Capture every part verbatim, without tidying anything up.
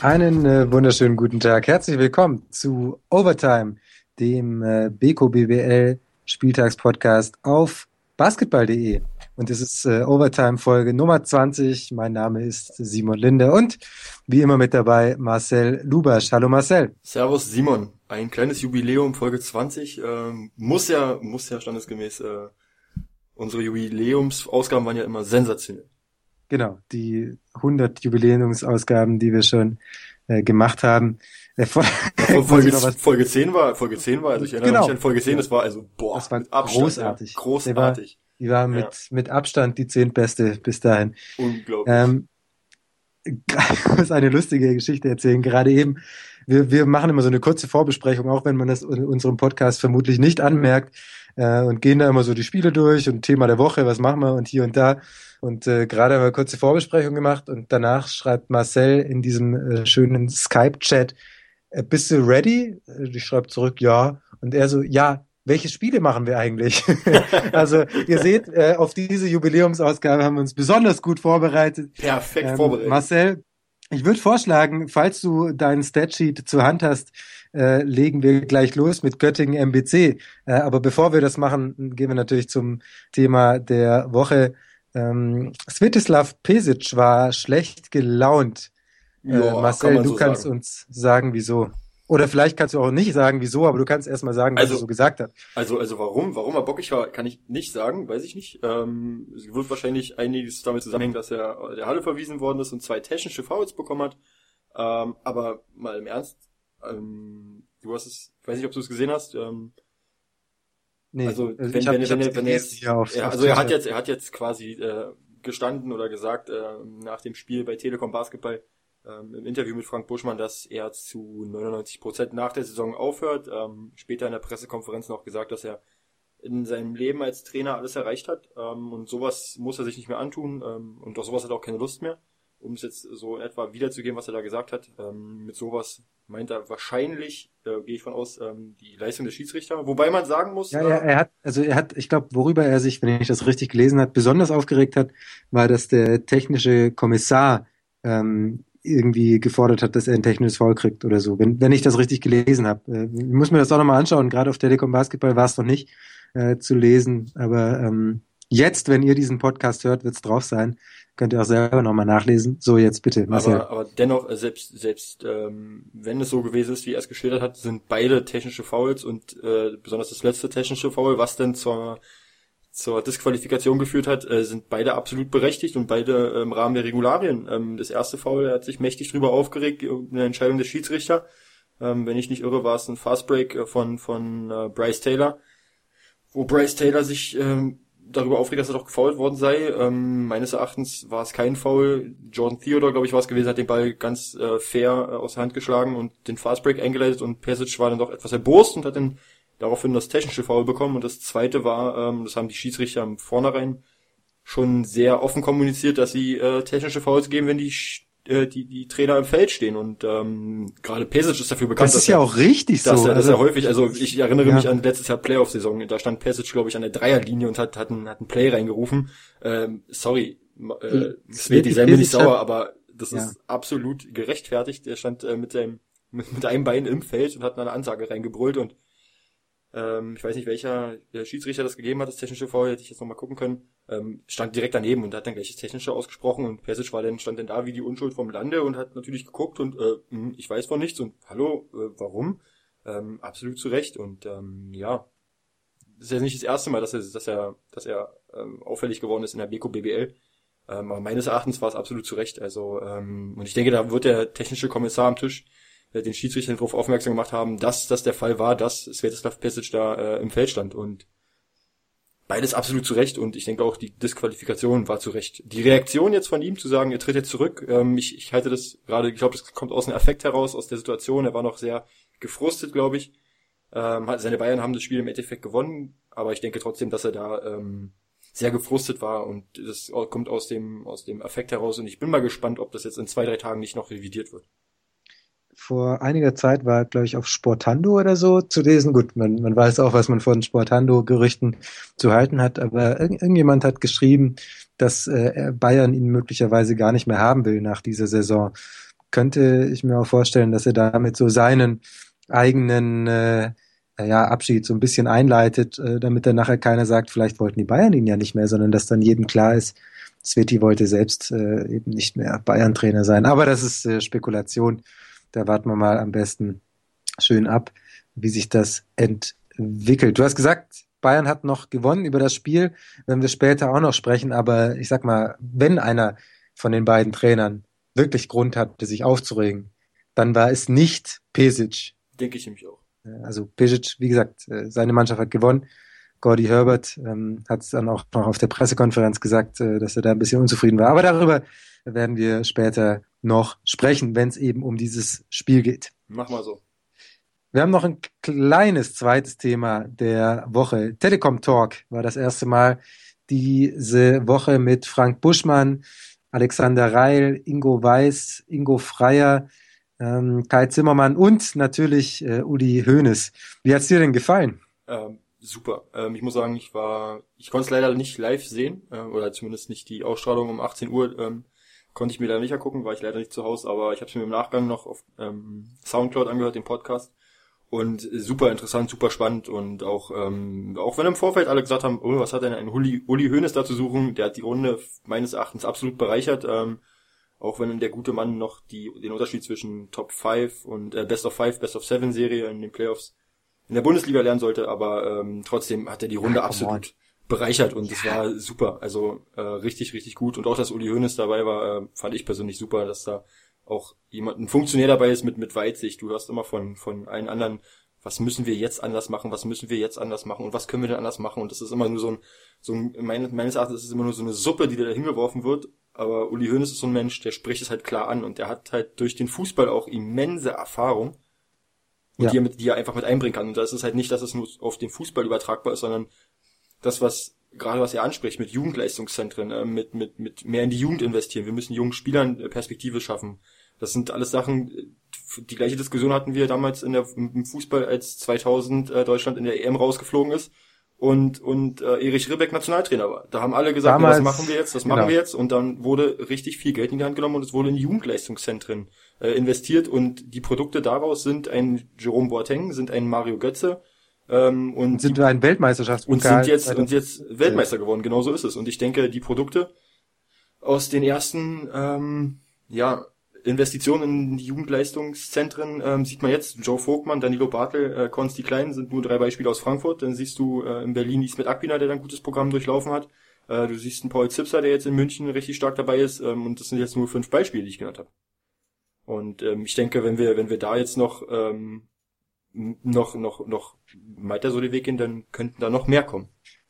Einen äh, wunderschönen guten Tag. Herzlich willkommen zu Overtime, dem äh, Beko B B L Spieltagspodcast auf basketball punkt de. Und es ist äh, Overtime Folge Nummer zwanzig. Mein Name ist Simon Linde und wie immer mit dabei Marcel Lubasch. Hallo Marcel. Servus Simon. Ein kleines Jubiläum, Folge zwanzig. Ähm, muss ja, muss ja standesgemäß, äh, unsere Jubiläumsausgaben waren ja immer sensationell. Genau, die hundert Jubiläumsausgaben, die wir schon äh, gemacht haben. Äh, Folge, Folge, Folge zehn war, Folge zehn war, also ich erinnere genau. mich an Folge zehn, das war also, boah, das war mit Abstand, großartig. Ja, großartig. Die war, die war ja. mit, mit Abstand die zehntbeste bis dahin. Unglaublich. Ähm, ich muss eine lustige Geschichte erzählen. Gerade eben, wir, wir machen immer so eine kurze Vorbesprechung, auch wenn man das in unserem Podcast vermutlich nicht anmerkt, äh, und gehen da immer so die Spiele durch und Thema der Woche, was machen wir und hier und da. Und äh, gerade haben wir eine kurze Vorbesprechung gemacht und danach schreibt Marcel in diesem äh, schönen Skype-Chat, äh, bist du ready? Ich schreibe zurück, ja. Und er so, ja, welche Spiele machen wir eigentlich? Also ihr seht, äh, auf diese Jubiläumsausgabe haben wir uns besonders gut vorbereitet. Perfekt ähm, vorbereitet. Marcel, ich würde vorschlagen, falls du deinen Statsheet zur Hand hast, äh, legen wir gleich los mit Göttingen M B C. Äh, aber bevor wir das machen, gehen wir natürlich zum Thema der Woche. Ähm, Svetislav Pesic war schlecht gelaunt. Ja, äh, Marcel, du so kannst sagen. uns sagen, wieso. Oder vielleicht kannst du auch nicht sagen, wieso, aber du kannst erst mal sagen, was also, er so gesagt hat. Also, also warum, warum er bockig war, kann ich nicht sagen, weiß ich nicht. Ähm, es wird wahrscheinlich einiges damit zusammenhängen, dass er der Halle verwiesen worden ist und zwei technische Fouls bekommen hat. Ähm, aber mal im Ernst, ähm, du hast es, ich weiß nicht, ob du es gesehen hast, ähm, Nee, also, also wenn, ich hab, wenn, ich wenn, hab's wenn er jetzt, hier auf, ja, auf also er hat Twitter. jetzt, er hat jetzt quasi äh, gestanden oder gesagt äh, nach dem Spiel bei Telekom Basketball ähm, im Interview mit Frank Buschmann, dass er zu neunundneunzig Prozent nach der Saison aufhört. Ähm, später in der Pressekonferenz noch gesagt, dass er in seinem Leben als Trainer alles erreicht hat ähm, und sowas muss er sich nicht mehr antun ähm, und auf sowas hat er auch keine Lust mehr, um es jetzt so in etwa wiederzugeben, was er da gesagt hat. Ähm, mit sowas meint er wahrscheinlich, äh, gehe ich von aus, ähm, die Leistung des Schiedsrichter. Wobei man sagen muss... Ja, äh, er, er hat, also er hat, ich glaube, worüber er sich, wenn ich das richtig gelesen habe, besonders aufgeregt hat, war, dass der technische Kommissar ähm, irgendwie gefordert hat, dass er ein technisches Foul kriegt oder so. Wenn, wenn ich das richtig gelesen habe. Äh, ich muss mir das auch nochmal anschauen. Gerade auf Telekom Basketball war es noch nicht äh, zu lesen. Aber ähm, jetzt, wenn ihr diesen Podcast hört, wird es drauf sein. Könnt ihr auch selber nochmal nachlesen. So, jetzt bitte, Marcel. Aber, aber dennoch, äh, selbst, selbst ähm, wenn es so gewesen ist, wie er es geschildert hat, sind beide technische Fouls und äh, besonders das letzte technische Foul, was denn zur zur Disqualifikation geführt hat, äh, sind beide absolut berechtigt und beide äh, im Rahmen der Regularien. Ähm, das erste Foul, er hat sich mächtig drüber aufgeregt, eine Entscheidung des Schiedsrichter. Ähm, wenn ich nicht irre, war es ein Fastbreak äh, von von äh, Bryce Taylor, wo Bryce Taylor sich ähm, darüber aufregt, dass er doch gefoult worden sei. Ähm, meines Erachtens war es kein Foul. Jordan Theodore, glaube ich, war es gewesen, hat den Ball ganz äh, fair äh, aus der Hand geschlagen und den Fastbreak eingeleitet und Pesic war dann doch etwas erbost und hat dann daraufhin das technische Foul bekommen. Und das zweite war, ähm, das haben die Schiedsrichter im Vornherein schon sehr offen kommuniziert, dass sie äh, technische Fouls geben, wenn die äh, die die Trainer im Feld stehen. Und ähm, gerade Pesic ist dafür bekannt, Das ist dass ja er, auch richtig dass so. er, dass Also, er häufig, also ich erinnere ja. mich an letztes Jahr Playoff-Saison, da stand Pesic, glaube ich, an der Dreierlinie und hat hat einen, hat einen Play reingerufen. Ähm, sorry, äh, Sveti, sei mir nicht sauer, aber das ja. ist absolut gerechtfertigt. Er stand äh, mit seinem mit, mit einem Bein im Feld und hat eine Ansage reingebrüllt und ähm, ich weiß nicht, welcher der Schiedsrichter das gegeben hat, das technische Foul, hätte ich jetzt nochmal gucken können, ähm, stand direkt daneben und hat dann gleich das technische ausgesprochen und Pesic war dann, stand dann da wie die Unschuld vom Lande und hat natürlich geguckt und äh, mh, ich weiß von nichts und hallo, äh, warum? Ähm, absolut zu Recht und ähm, ja, das ist ja nicht das erste Mal, dass er, dass er, dass er ähm, auffällig geworden ist in der Beko B B L. Ähm, aber meines Erachtens war es absolut zu Recht. Also ähm, und ich denke, da wird der technische Kommissar am Tisch äh, den Schiedsrichtern darauf aufmerksam gemacht haben, dass das der Fall war, dass Svetislav Pesic da äh, im Feld stand und beides absolut zu Recht und ich denke auch, die Disqualifikation war zu Recht. Die Reaktion jetzt von ihm zu sagen, er tritt jetzt zurück, ähm, ich, ich halte das gerade, ich glaube, das kommt aus einem Affekt heraus, aus der Situation. Er war noch sehr gefrustet, glaube ich. Ähm, seine Bayern haben das Spiel im Endeffekt gewonnen, aber ich denke trotzdem, dass er da ähm, sehr gefrustet war und das kommt aus dem aus dem Affekt heraus und ich bin mal gespannt, ob das jetzt in zwei, drei Tagen nicht noch revidiert wird. Vor einiger Zeit war, glaube ich, auf Sportando oder so zu lesen. Gut, man, man weiß auch, was man von Sportando-Gerüchten zu halten hat, aber irg- irgendjemand hat geschrieben, dass äh, Bayern ihn möglicherweise gar nicht mehr haben will nach dieser Saison. könnte ich mir auch vorstellen, dass er damit so seinen eigenen äh, ja, Abschied so ein bisschen einleitet, äh, damit dann nachher keiner sagt, vielleicht wollten die Bayern ihn ja nicht mehr, sondern dass dann jedem klar ist, Sveti wollte selbst äh, eben nicht mehr Bayern-Trainer sein. Aber das ist äh, Spekulation. Da warten wir mal am besten schön ab, wie sich das entwickelt. Du hast gesagt, Bayern hat noch gewonnen. Über das Spiel werden wir später auch noch sprechen. Aber ich sag mal, wenn einer von den beiden Trainern wirklich Grund hatte, sich aufzuregen, dann war es nicht Pesic. Denke ich nämlich auch. Also Pesic, wie gesagt, seine Mannschaft hat gewonnen. Gordy Herbert ähm, hat es dann auch noch auf der Pressekonferenz gesagt, äh, dass er da ein bisschen unzufrieden war. Aber darüber werden wir später noch sprechen, wenn es eben um dieses Spiel geht. Mach mal so. Wir haben noch ein kleines zweites Thema der Woche. Telekom Talk war das erste Mal diese Woche mit Frank Buschmann, Alexander Reil, Ingo Weiß, Ingo Freier, ähm, Kai Zimmermann und natürlich äh, Uli Hoeneß. Wie hat's dir denn gefallen? Ähm, super. Ähm, ich muss sagen, ich war, ich konnte es leider nicht live sehen, äh, oder zumindest nicht die Ausstrahlung um achtzehn Uhr, ähm, konnte ich mir da nicht angucken, war ich leider nicht zu Hause, aber ich habe es mir im Nachgang noch auf ähm, Soundcloud angehört, den Podcast. Und super interessant, super spannend und auch ähm, auch wenn im Vorfeld alle gesagt haben, oh, was hat denn ein Uli, Uli Hoeneß da zu suchen, der hat die Runde meines Erachtens absolut bereichert, ähm, auch wenn der gute Mann noch die den Unterschied zwischen Top fünf und äh, Best of five, Best of seven Serie in den Playoffs in der Bundesliga lernen sollte, aber ähm, trotzdem hat er die Runde ja, absolut bereichert und es ja. war super, also äh, richtig, richtig gut und auch, dass Uli Hoeneß dabei war, äh, fand ich persönlich super, dass da auch jemand, ein Funktionär dabei ist mit mit Weitsicht. Du hörst immer von von allen anderen, was müssen wir jetzt anders machen, was müssen wir jetzt anders machen und was können wir denn anders machen und das ist immer nur so ein, so ein meines, meines Erachtens ist es immer nur so eine Suppe, die da hingeworfen wird, aber Uli Hoeneß ist so ein Mensch, der spricht es halt klar an und der hat halt durch den Fußball auch immense Erfahrung und ja. die, er mit, die er einfach mit einbringen kann und das ist halt nicht, dass es nur auf den Fußball übertragbar ist, sondern das, was gerade was er anspricht, mit Jugendleistungszentren, äh, mit mit mit mehr in die Jugend investieren. Wir müssen jungen Spielern äh, Perspektive schaffen. Das sind alles Sachen, die gleiche Diskussion hatten wir damals in der im Fußball, als zweitausend äh, Deutschland in der E M rausgeflogen ist und und äh, Erich Ribbeck Nationaltrainer war. Da haben alle gesagt, damals, was machen wir jetzt, was genau. machen wir jetzt? Und dann wurde richtig viel Geld in die Hand genommen und es wurde in Jugendleistungszentren äh, investiert und die Produkte daraus sind ein Jerome Boateng, sind ein Mario Götze, Ähm, und sind wir ein Weltmeisterschaftspokal und sind jetzt und jetzt Weltmeister geworden, genau so ist es. Und ich denke, die Produkte aus den ersten ähm, ja Investitionen in die Jugendleistungszentren ähm, sieht man jetzt. Joe Vogtmann, Danilo Bartel, äh, Konsti Klein sind nur drei Beispiele aus Frankfurt. Dann siehst du äh, in Berlin Ismet Akpina, der da ein gutes Programm durchlaufen hat. Äh, du siehst einen Paul Zipser, der jetzt in München richtig stark dabei ist. Ähm, und das sind jetzt nur fünf Beispiele, die ich genannt habe. Und ähm, ich denke, wenn wir wenn wir da jetzt noch ähm, noch noch noch weiter so den Weg gehen, dann könnten da noch mehr kommen,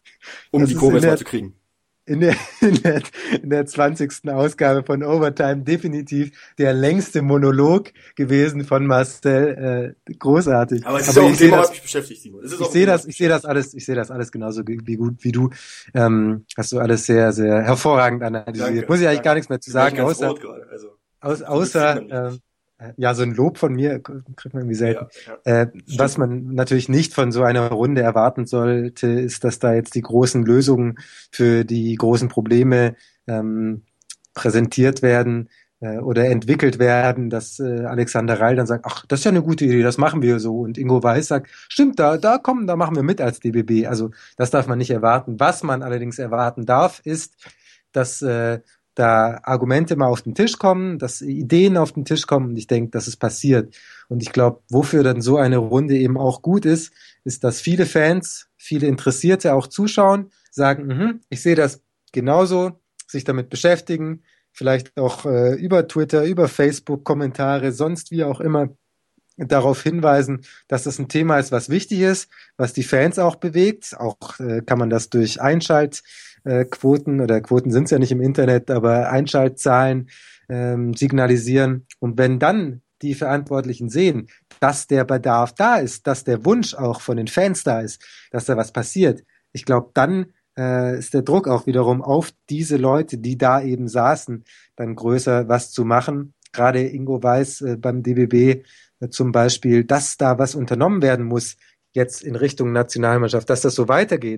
um das die Kurve mal zu kriegen. In der, in der in der zwanzigsten Ausgabe von Overtime definitiv der längste Monolog gewesen von Marcel, äh, großartig. Aber es ist Aber auch ein Thema, was mich beschäftigt, Simon. Ich sehe das, ich sehe das alles, ich sehe das alles genauso wie gut wie du. Ähm, hast du alles sehr, sehr hervorragend analysiert. Danke, Muss ich eigentlich danke. gar nichts mehr zu sagen, außer, also, aus, außer äh, ja, so ein Lob von mir kriegt man irgendwie selten. Ja, ja. Äh, was man natürlich nicht von so einer Runde erwarten sollte, ist, dass da jetzt die großen Lösungen für die großen Probleme ähm, präsentiert werden äh, oder entwickelt werden, dass äh, Alexander Reil dann sagt, ach, das ist ja eine gute Idee, das machen wir so. Und Ingo Weiß sagt, stimmt, da, da kommen, da machen wir mit als D B B. Also das darf man nicht erwarten. Was man allerdings erwarten darf, ist, dass äh, da Argumente mal auf den Tisch kommen, dass Ideen auf den Tisch kommen und ich denke, dass es passiert. Und ich glaube, wofür dann so eine Runde eben auch gut ist, ist, dass viele Fans, viele Interessierte auch zuschauen, sagen, mhm, ich sehe das genauso, sich damit beschäftigen, vielleicht auch äh, über Twitter, über Facebook, Kommentare, sonst wie auch immer darauf hinweisen, dass das ein Thema ist, was wichtig ist, was die Fans auch bewegt. Auch äh, kann man das durch Einschalt Quoten oder Quoten sind es ja nicht im Internet, aber Einschaltzahlen ähm, signalisieren. Und wenn dann die Verantwortlichen sehen, dass der Bedarf da ist, dass der Wunsch auch von den Fans da ist, dass da was passiert, ich glaube, dann äh, ist der Druck auch wiederum auf diese Leute, die da eben saßen, dann größer, was zu machen. Gerade Ingo Weiß äh, beim D B B äh, zum Beispiel, dass da was unternommen werden muss, jetzt in Richtung Nationalmannschaft, dass das so weitergeht.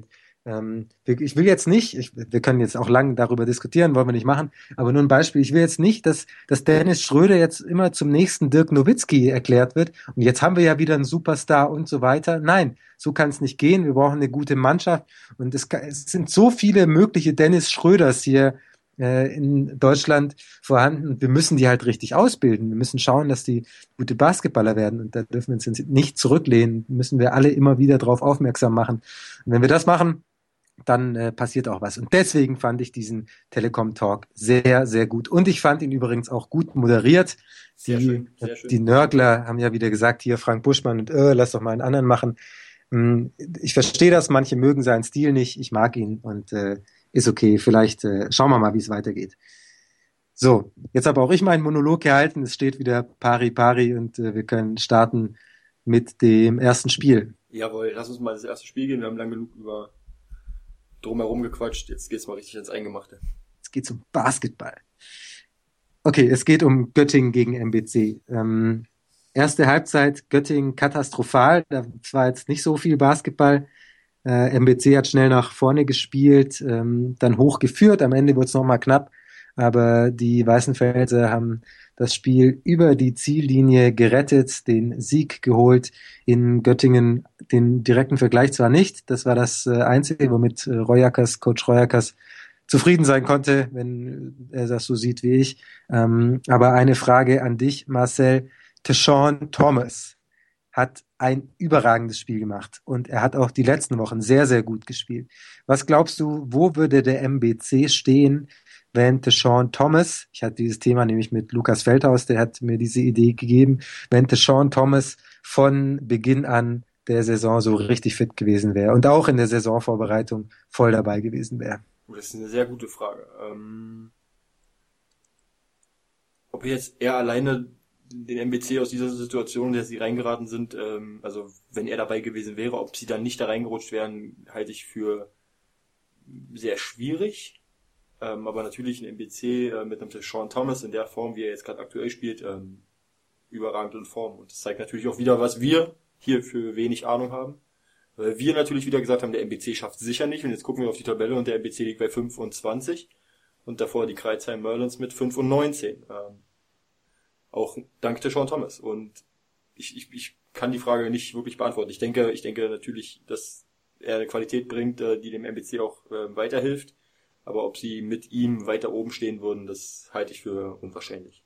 Ähm, ich will jetzt nicht, ich, wir können jetzt auch lang darüber diskutieren, wollen wir nicht machen, aber nur ein Beispiel, ich will jetzt nicht, dass, dass Dennis Schröder jetzt immer zum nächsten Dirk Nowitzki erklärt wird und jetzt haben wir ja wieder einen Superstar und so weiter. Nein, so kann es nicht gehen, wir brauchen eine gute Mannschaft und es, kann, es sind so viele mögliche Dennis Schröders hier äh, in Deutschland vorhanden und wir müssen die halt richtig ausbilden. Wir müssen schauen, dass die gute Basketballer werden und da dürfen wir uns nicht zurücklehnen, müssen wir alle immer wieder darauf aufmerksam machen. Und wenn wir das machen, dann äh, passiert auch was. Und deswegen fand ich diesen Telekom-Talk sehr, sehr gut. Und ich fand ihn übrigens auch gut moderiert. Sehr Die, schön, sehr schön. Die Nörgler haben ja wieder gesagt, hier Frank Buschmann und äh, lass doch mal einen anderen machen. Ich verstehe das, manche mögen seinen Stil nicht, ich mag ihn und äh, ist okay. Vielleicht äh, schauen wir mal, wie es weitergeht. So, jetzt habe auch ich meinen Monolog gehalten. Es steht wieder pari pari und äh, wir können starten mit dem ersten Spiel. Jawohl, lass uns mal das erste Spiel gehen. Wir haben lang genug über drumherum gequatscht. Jetzt geht's mal richtig ins Eingemachte. Es geht um Basketball. Okay, es geht um Göttingen gegen M B C. Ähm, erste Halbzeit Göttingen katastrophal. Da war jetzt nicht so viel Basketball. Äh, M B C hat schnell nach vorne gespielt, ähm, dann hochgeführt. Am Ende wurde es nochmal knapp. Aber die Weißenfelser haben das Spiel über die Ziellinie gerettet, den Sieg geholt. In Göttingen den direkten Vergleich zwar nicht. Das war das äh, Einzige, womit äh, Royakas, Coach Royakas zufrieden sein konnte, wenn er das so sieht wie ich. Ähm, aber eine Frage an dich, Marcel. Tashawn Thomas hat ein überragendes Spiel gemacht und er hat auch die letzten Wochen sehr, sehr gut gespielt. Was glaubst du, wo würde der M B C stehen, wenn Tashawn Thomas, ich hatte dieses Thema nämlich mit Lukas Feldhaus, der hat mir diese Idee gegeben, wenn Tashawn Thomas von Beginn an der Saison so richtig fit gewesen wäre und auch in der Saisonvorbereitung voll dabei gewesen wäre? Das ist eine sehr gute Frage. Ähm, ob wir jetzt eher alleine den M B C aus dieser Situation, in der sie reingeraten sind, ähm, also wenn er dabei gewesen wäre, ob sie dann nicht da reingerutscht wären, halte ich für sehr schwierig. Ähm, aber natürlich ein M B C äh, mit einem Sean Thomas in der Form, wie er jetzt gerade aktuell spielt, ähm, überragend in Form. Und das zeigt natürlich auch wieder, was wir hier für wenig Ahnung haben. Weil wir natürlich wieder gesagt haben, der M B C schafft sicher nicht. Und jetzt gucken wir auf die Tabelle und der M B C liegt bei fünfundzwanzig. Und davor die Kreuzheim Merlins mit fünf und neunzehn. Ähm, auch dank der Sean Thomas. Und ich, ich, ich kann die Frage nicht wirklich beantworten. Ich denke, ich denke natürlich, dass er eine Qualität bringt, die dem M B C auch äh, weiterhilft. Aber ob sie mit ihm weiter oben stehen würden, das halte ich für unwahrscheinlich.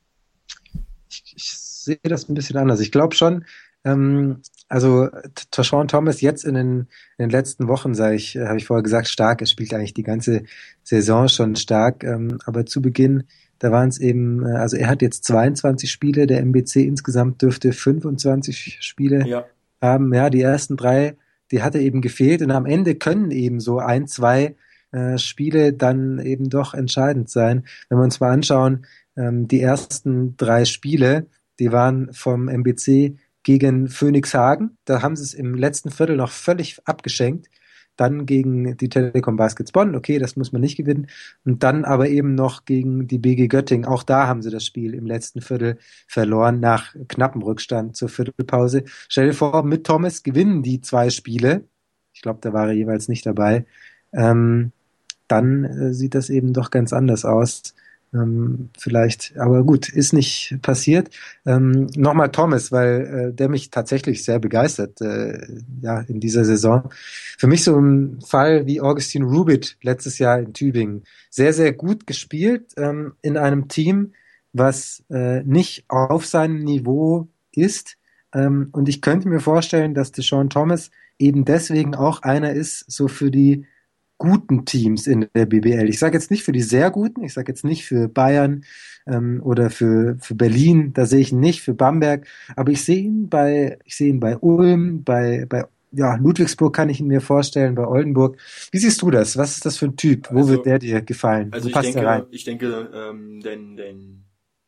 Ich, ich sehe das ein bisschen anders. Ich glaube schon, ähm, also Tashawn Thomas jetzt in den, in den letzten Wochen, sage ich, habe ich vorher gesagt, stark. Er spielt eigentlich die ganze Saison schon stark. Ähm, aber zu Beginn, da waren es eben, äh, also er hat jetzt zweiundzwanzig Spiele, der M B C insgesamt dürfte fünfundzwanzig Spiele ja. haben. Ja, die ersten drei, die hatte eben gefehlt. Und am Ende können eben so ein, zwei äh, Spiele dann eben doch entscheidend sein. Wenn wir uns mal anschauen, ähm, die ersten drei Spiele, die waren vom M B C gegen Phoenix Hagen. Da haben sie es im letzten Viertel noch völlig abgeschenkt. Dann gegen die Telekom Baskets Bonn, okay, das muss man nicht gewinnen. Und dann aber eben noch gegen die B G Göttingen. Auch da haben sie das Spiel im letzten Viertel verloren, nach knappem Rückstand zur Viertelpause. Stell dir vor, mit Thomas gewinnen die zwei Spiele. Ich glaube, da war er jeweils nicht dabei. Ähm, dann äh, sieht das eben doch ganz anders aus. Ähm, vielleicht, aber gut, ist nicht passiert. Ähm, Nochmal Thomas, weil äh, der mich tatsächlich sehr begeistert, äh, ja, in dieser Saison. Für mich so ein Fall wie Augustin Rubit letztes Jahr in Tübingen. Sehr, sehr gut gespielt ähm, in einem Team, was äh, nicht auf seinem Niveau ist. Ähm, und ich könnte mir vorstellen, dass Tashawn Thomas eben deswegen auch einer ist, so für die guten Teams in der B B L. Ich sage jetzt nicht für die sehr guten, ich sage jetzt nicht für Bayern ähm, oder für, für Berlin, da sehe ich ihn nicht, für Bamberg, aber ich sehe ihn bei, ich sehe ihn bei Ulm, bei, bei ja, Ludwigsburg kann ich ihn mir vorstellen, bei Oldenburg. Wie siehst du das? Was ist das für ein Typ? Wo Also, wird der dir gefallen? Also Wo ich passt denke, er rein? ich denke, ähm, dein, dein,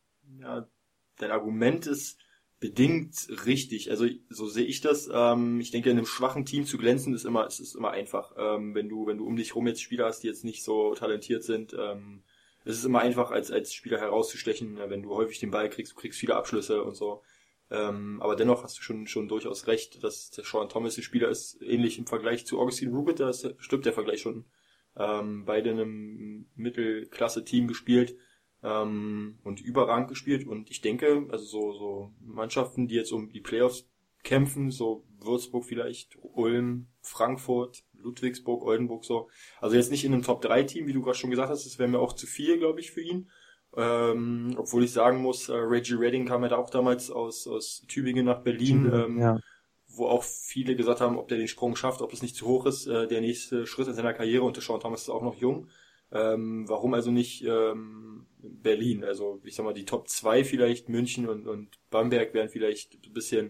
ja, dein Argument ist bedingt richtig. Also so sehe ich das. Ähm, ich denke, in einem schwachen Team zu glänzen ist immer, ist, ist immer einfach. Ähm, wenn du, wenn du um dich rum jetzt Spieler hast, die jetzt nicht so talentiert sind, ähm, es ist immer einfach, als als Spieler herauszustechen, wenn du häufig den Ball kriegst, du kriegst viele Abschlüsse und so. Ähm, aber dennoch hast du schon schon durchaus recht, dass der Sean Thomas ein Spieler ist, ähnlich im Vergleich zu Augustin Rubit, da ist, stimmt der Vergleich schon. Ähm, beide in einem Mittelklasse-Team gespielt ähm, und überragend gespielt. Und ich denke, also so so Mannschaften, die jetzt um die Playoffs kämpfen, so Würzburg vielleicht, Ulm, Frankfurt, Ludwigsburg, Oldenburg so. Also jetzt nicht in einem Top drei Team, wie du gerade schon gesagt hast, das wäre mir auch zu viel, glaube ich, für ihn. Ähm, obwohl ich sagen muss, äh, Reggie Redding kam ja da auch damals aus aus Tübingen nach Berlin, ähm, ja. wo auch viele gesagt haben, ob der den Sprung schafft, ob es nicht zu hoch ist, äh, der nächste Schritt in seiner Karriere. Und der Sean Thomas ist auch noch jung. Ähm, warum also nicht ähm, Berlin? Also ich sag mal, die Top zwei vielleicht, München und, und Bamberg wären vielleicht ein bisschen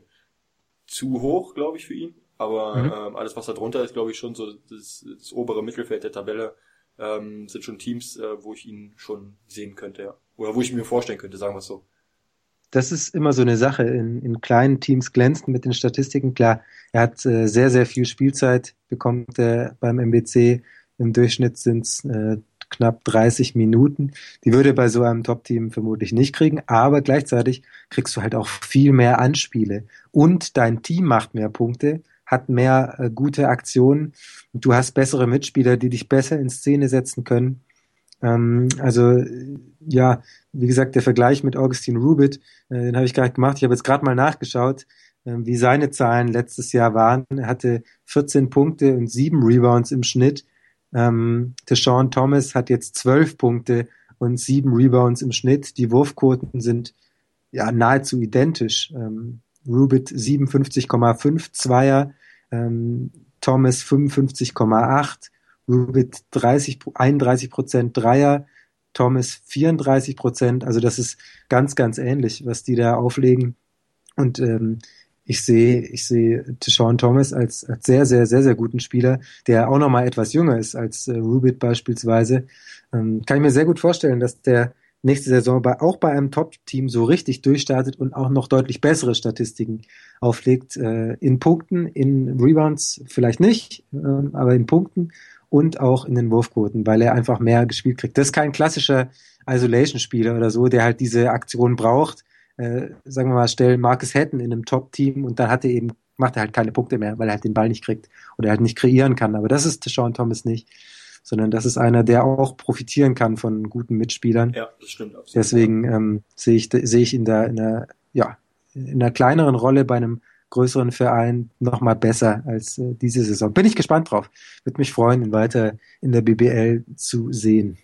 zu hoch, glaube ich, für ihn. Aber Mhm. ähm, alles, was da drunter ist, glaube ich, schon so das, das obere Mittelfeld der Tabelle, ähm, sind schon Teams, äh, wo ich ihn schon sehen könnte, ja. Oder wo ich mir vorstellen könnte, sagen wir es so. Das ist immer so eine Sache. In, in kleinen Teams glänzt mit den Statistiken. Klar, er hat äh, sehr, sehr viel Spielzeit, bekommt er beim M B C. Im Durchschnitt sind es äh, knapp dreißig Minuten. Die würde er bei so einem Top-Team vermutlich nicht kriegen, aber gleichzeitig kriegst du halt auch viel mehr Anspiele. Und dein Team macht mehr Punkte, hat mehr äh, gute Aktionen. Und du hast bessere Mitspieler, die dich besser in Szene setzen können. Ähm, also äh, ja, wie gesagt, der Vergleich mit Augustin Rubit, äh, den habe ich gerade gemacht. Ich habe jetzt gerade mal nachgeschaut, äh, wie seine Zahlen letztes Jahr waren. Er hatte vierzehn Punkte und sieben Rebounds im Schnitt. Ähm, Deshaun Thomas hat jetzt zwölf Punkte und sieben Rebounds im Schnitt. Die Wurfquoten sind ja nahezu identisch. Ähm, Rubit siebenundfünfzig Komma fünf Zweier, ähm, Thomas fünfundfünfzig Komma acht, Rubit dreißig, einunddreißig Prozent Dreier, Thomas vierunddreißig Prozent. Also das ist ganz, ganz ähnlich, was die da auflegen. Und ähm, ich sehe, ich sehe Deshaun Thomas als, als sehr, sehr, sehr, sehr guten Spieler, der auch noch mal etwas jünger ist als äh, Rubit beispielsweise. Ähm, kann ich mir sehr gut vorstellen, dass der nächste Saison bei, auch bei einem Top-Team so richtig durchstartet und auch noch deutlich bessere Statistiken auflegt. Äh, in Punkten, in Rebounds vielleicht nicht, äh, aber in Punkten und auch in den Wurfquoten, weil er einfach mehr gespielt kriegt. Das ist kein klassischer Isolation-Spieler oder so, der halt diese Aktion braucht. Äh, sagen wir mal, stell Marcus Hatton in einem Top-Team und dann hat er eben, macht er halt keine Punkte mehr, weil er halt den Ball nicht kriegt oder halt nicht kreieren kann. Aber das ist Deshaun Thomas nicht, sondern das ist einer, der auch profitieren kann von guten Mitspielern. Ja, das stimmt absolut. Deswegen ähm, sehe ich, sehe ich ihn da in einer, ja, in einer kleineren Rolle bei einem größeren Verein noch mal besser als äh, diese Saison. Bin ich gespannt drauf. Würde mich freuen, ihn weiter in der B B L zu sehen.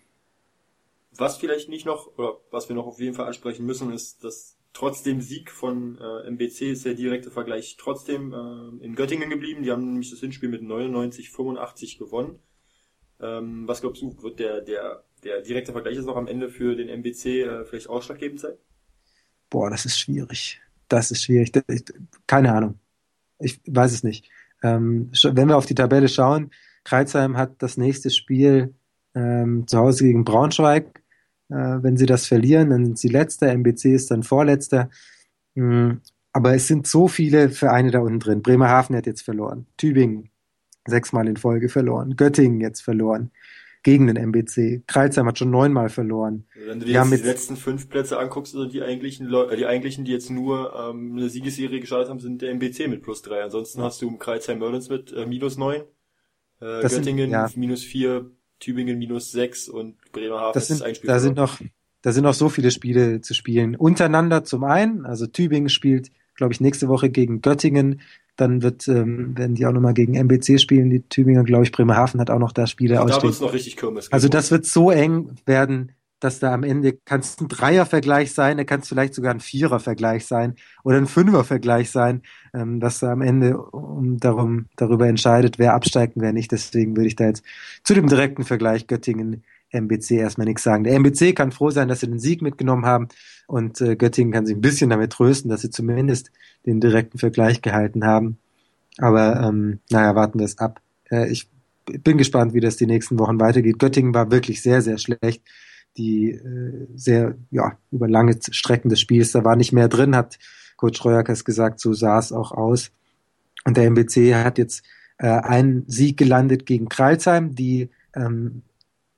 Was vielleicht nicht noch, oder was wir noch auf jeden Fall ansprechen müssen, ist, dass trotz dem Sieg von äh, M B C ist der direkte Vergleich trotzdem äh, in Göttingen geblieben. Die haben nämlich das Hinspiel mit neunundneunzig fünfundachtzig gewonnen. Ähm, was glaubst du, wird der der der direkte Vergleich jetzt noch am Ende für den M B C äh, vielleicht ausschlaggebend sein? Boah, das ist schwierig. Das ist schwierig. Das, ich, keine Ahnung. Ich weiß es nicht. Ähm, wenn wir auf die Tabelle schauen, Crailsheim hat das nächste Spiel ähm, zu Hause gegen Braunschweig. Äh, wenn sie das verlieren, dann sind sie Letzter. M B C ist dann Vorletzter. Mhm. Aber es sind so viele Vereine da unten drin. Bremerhaven hat jetzt verloren. Tübingen sechsmal in Folge verloren. Göttingen jetzt verloren gegen den M B C. Crailsheim hat schon neunmal verloren. Wenn du Die dir haben jetzt die jetzt letzten fünf Plätze anguckst, also die eigentlichen, Leu- äh, die eigentlichen, die jetzt nur ähm, eine Siegesserie gestartet haben, sind der M B C mit plus drei. Ansonsten hast du Crailsheim Merlins mit äh, minus neun, äh, das sind, Göttingen ja, minus vier, Tübingen minus sechs und Bremerhaven das ist sind, ein Spiel da sind verloren. noch, da sind noch so viele Spiele zu spielen. Untereinander zum einen, also Tübingen spielt, glaube ich, nächste Woche gegen Göttingen. Dann wird, ähm, werden die auch nochmal gegen M B C spielen. Die Tübinger, glaube ich, Bremerhaven hat auch noch da Spiele Also da ausstehen. wird's noch richtig Kirmes geben. Also das wird so eng werden, dass da am Ende kann es ein Dreier-Vergleich sein, da kann es vielleicht sogar ein Vierer-Vergleich sein oder ein Fünfer-Vergleich sein, ähm, dass da am Ende um, darum, darüber entscheidet, wer absteigt und wer nicht. Deswegen würde ich da jetzt zu dem direkten Vergleich Göttingen M B C erstmal nichts sagen. Der M B C kann froh sein, dass sie den Sieg mitgenommen haben und äh, Göttingen kann sich ein bisschen damit trösten, dass sie zumindest den direkten Vergleich gehalten haben. Aber ähm, naja, warten wir es ab. Äh, ich bin gespannt, wie das die nächsten Wochen weitergeht. Göttingen war wirklich sehr, sehr schlecht. Die äh, sehr, ja, über lange Strecken des Spiels, da war nicht mehr drin, hat Coach Royakas gesagt, so sah es auch aus. Und der M B C hat jetzt äh, einen Sieg gelandet gegen Crailsheim, die ähm,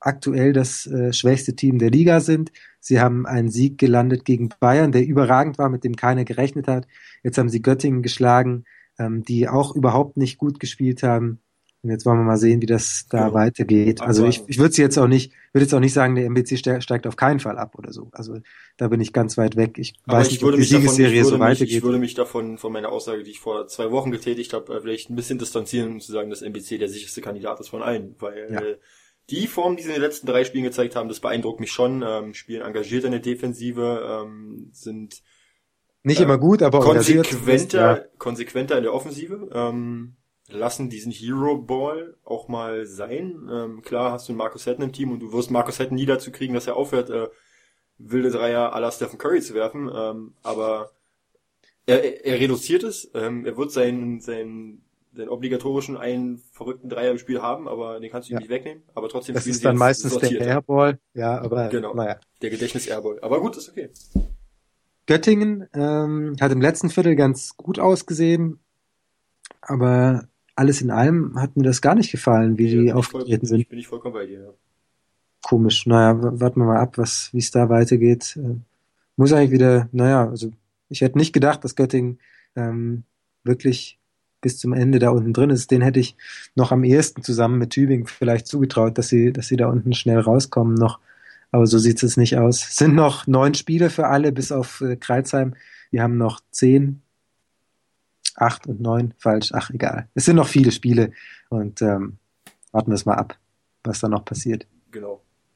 aktuell das äh, schwächste Team der Liga sind. Sie haben einen Sieg gelandet gegen Bayern, der überragend war, mit dem keiner gerechnet hat. Jetzt haben sie Göttingen geschlagen, ähm, die auch überhaupt nicht gut gespielt haben. Und jetzt wollen wir mal sehen, wie das da genau. weitergeht. Also ich, ich würde jetzt auch nicht, würde jetzt auch nicht sagen, der M B C steigt auf keinen Fall ab oder so. Also da bin ich ganz weit weg. Ich Aber weiß ich nicht, würde ob die Siegesserie davon, so mich, weitergeht. Ich würde mich davon, von meiner Aussage, die ich vor zwei Wochen getätigt habe, vielleicht ein bisschen distanzieren, um zu sagen, dass M B C der sicherste Kandidat ist von allen. Weil ja. äh, die Form, die sie in den letzten drei Spielen gezeigt haben, das beeindruckt mich schon. Ähm, spielen engagiert in der Defensive, ähm, sind nicht äh, immer gut, aber konsequenter, ja. konsequenter in der Offensive. Ähm, lassen diesen Hero-Ball auch mal sein. Ähm, klar hast du einen Marcus Hatton im Team und du wirst Marcus Hatton nie dazu kriegen, dass er aufhört, äh, wilde Dreier à la Stephen Curry zu werfen. Ähm, aber er, er reduziert es. Ähm, er wird seinen, seinen, seinen obligatorischen einen verrückten Dreier im Spiel haben, aber den kannst du ihm ja. nicht wegnehmen. Aber trotzdem das ist dann meistens der Airball. Ja, aber genau, naja. Der Gedächtnis-Airball. Aber gut, ist okay. Göttingen ähm, hat im letzten Viertel ganz gut ausgesehen, aber alles in allem hat mir das gar nicht gefallen, wie ja, die aufgetreten sind. Ich bin nicht vollkommen bei dir, ja. Komisch. Naja, warten wir mal ab, was, wie es da weitergeht. Äh, muss eigentlich wieder, naja, also ich hätte nicht gedacht, dass Göttingen ähm, wirklich bis zum Ende da unten drin ist. Den hätte ich noch am ehesten zusammen mit Tübingen vielleicht zugetraut, dass sie, dass sie da unten schnell rauskommen noch. Aber so sieht es nicht aus. Es sind noch neun Spiele für alle, bis auf äh, Kreilsheim. Die haben noch zehn. Acht und neun, falsch, ach egal. Es sind noch viele Spiele und ähm, warten wir es mal ab, was da noch passiert. Genau.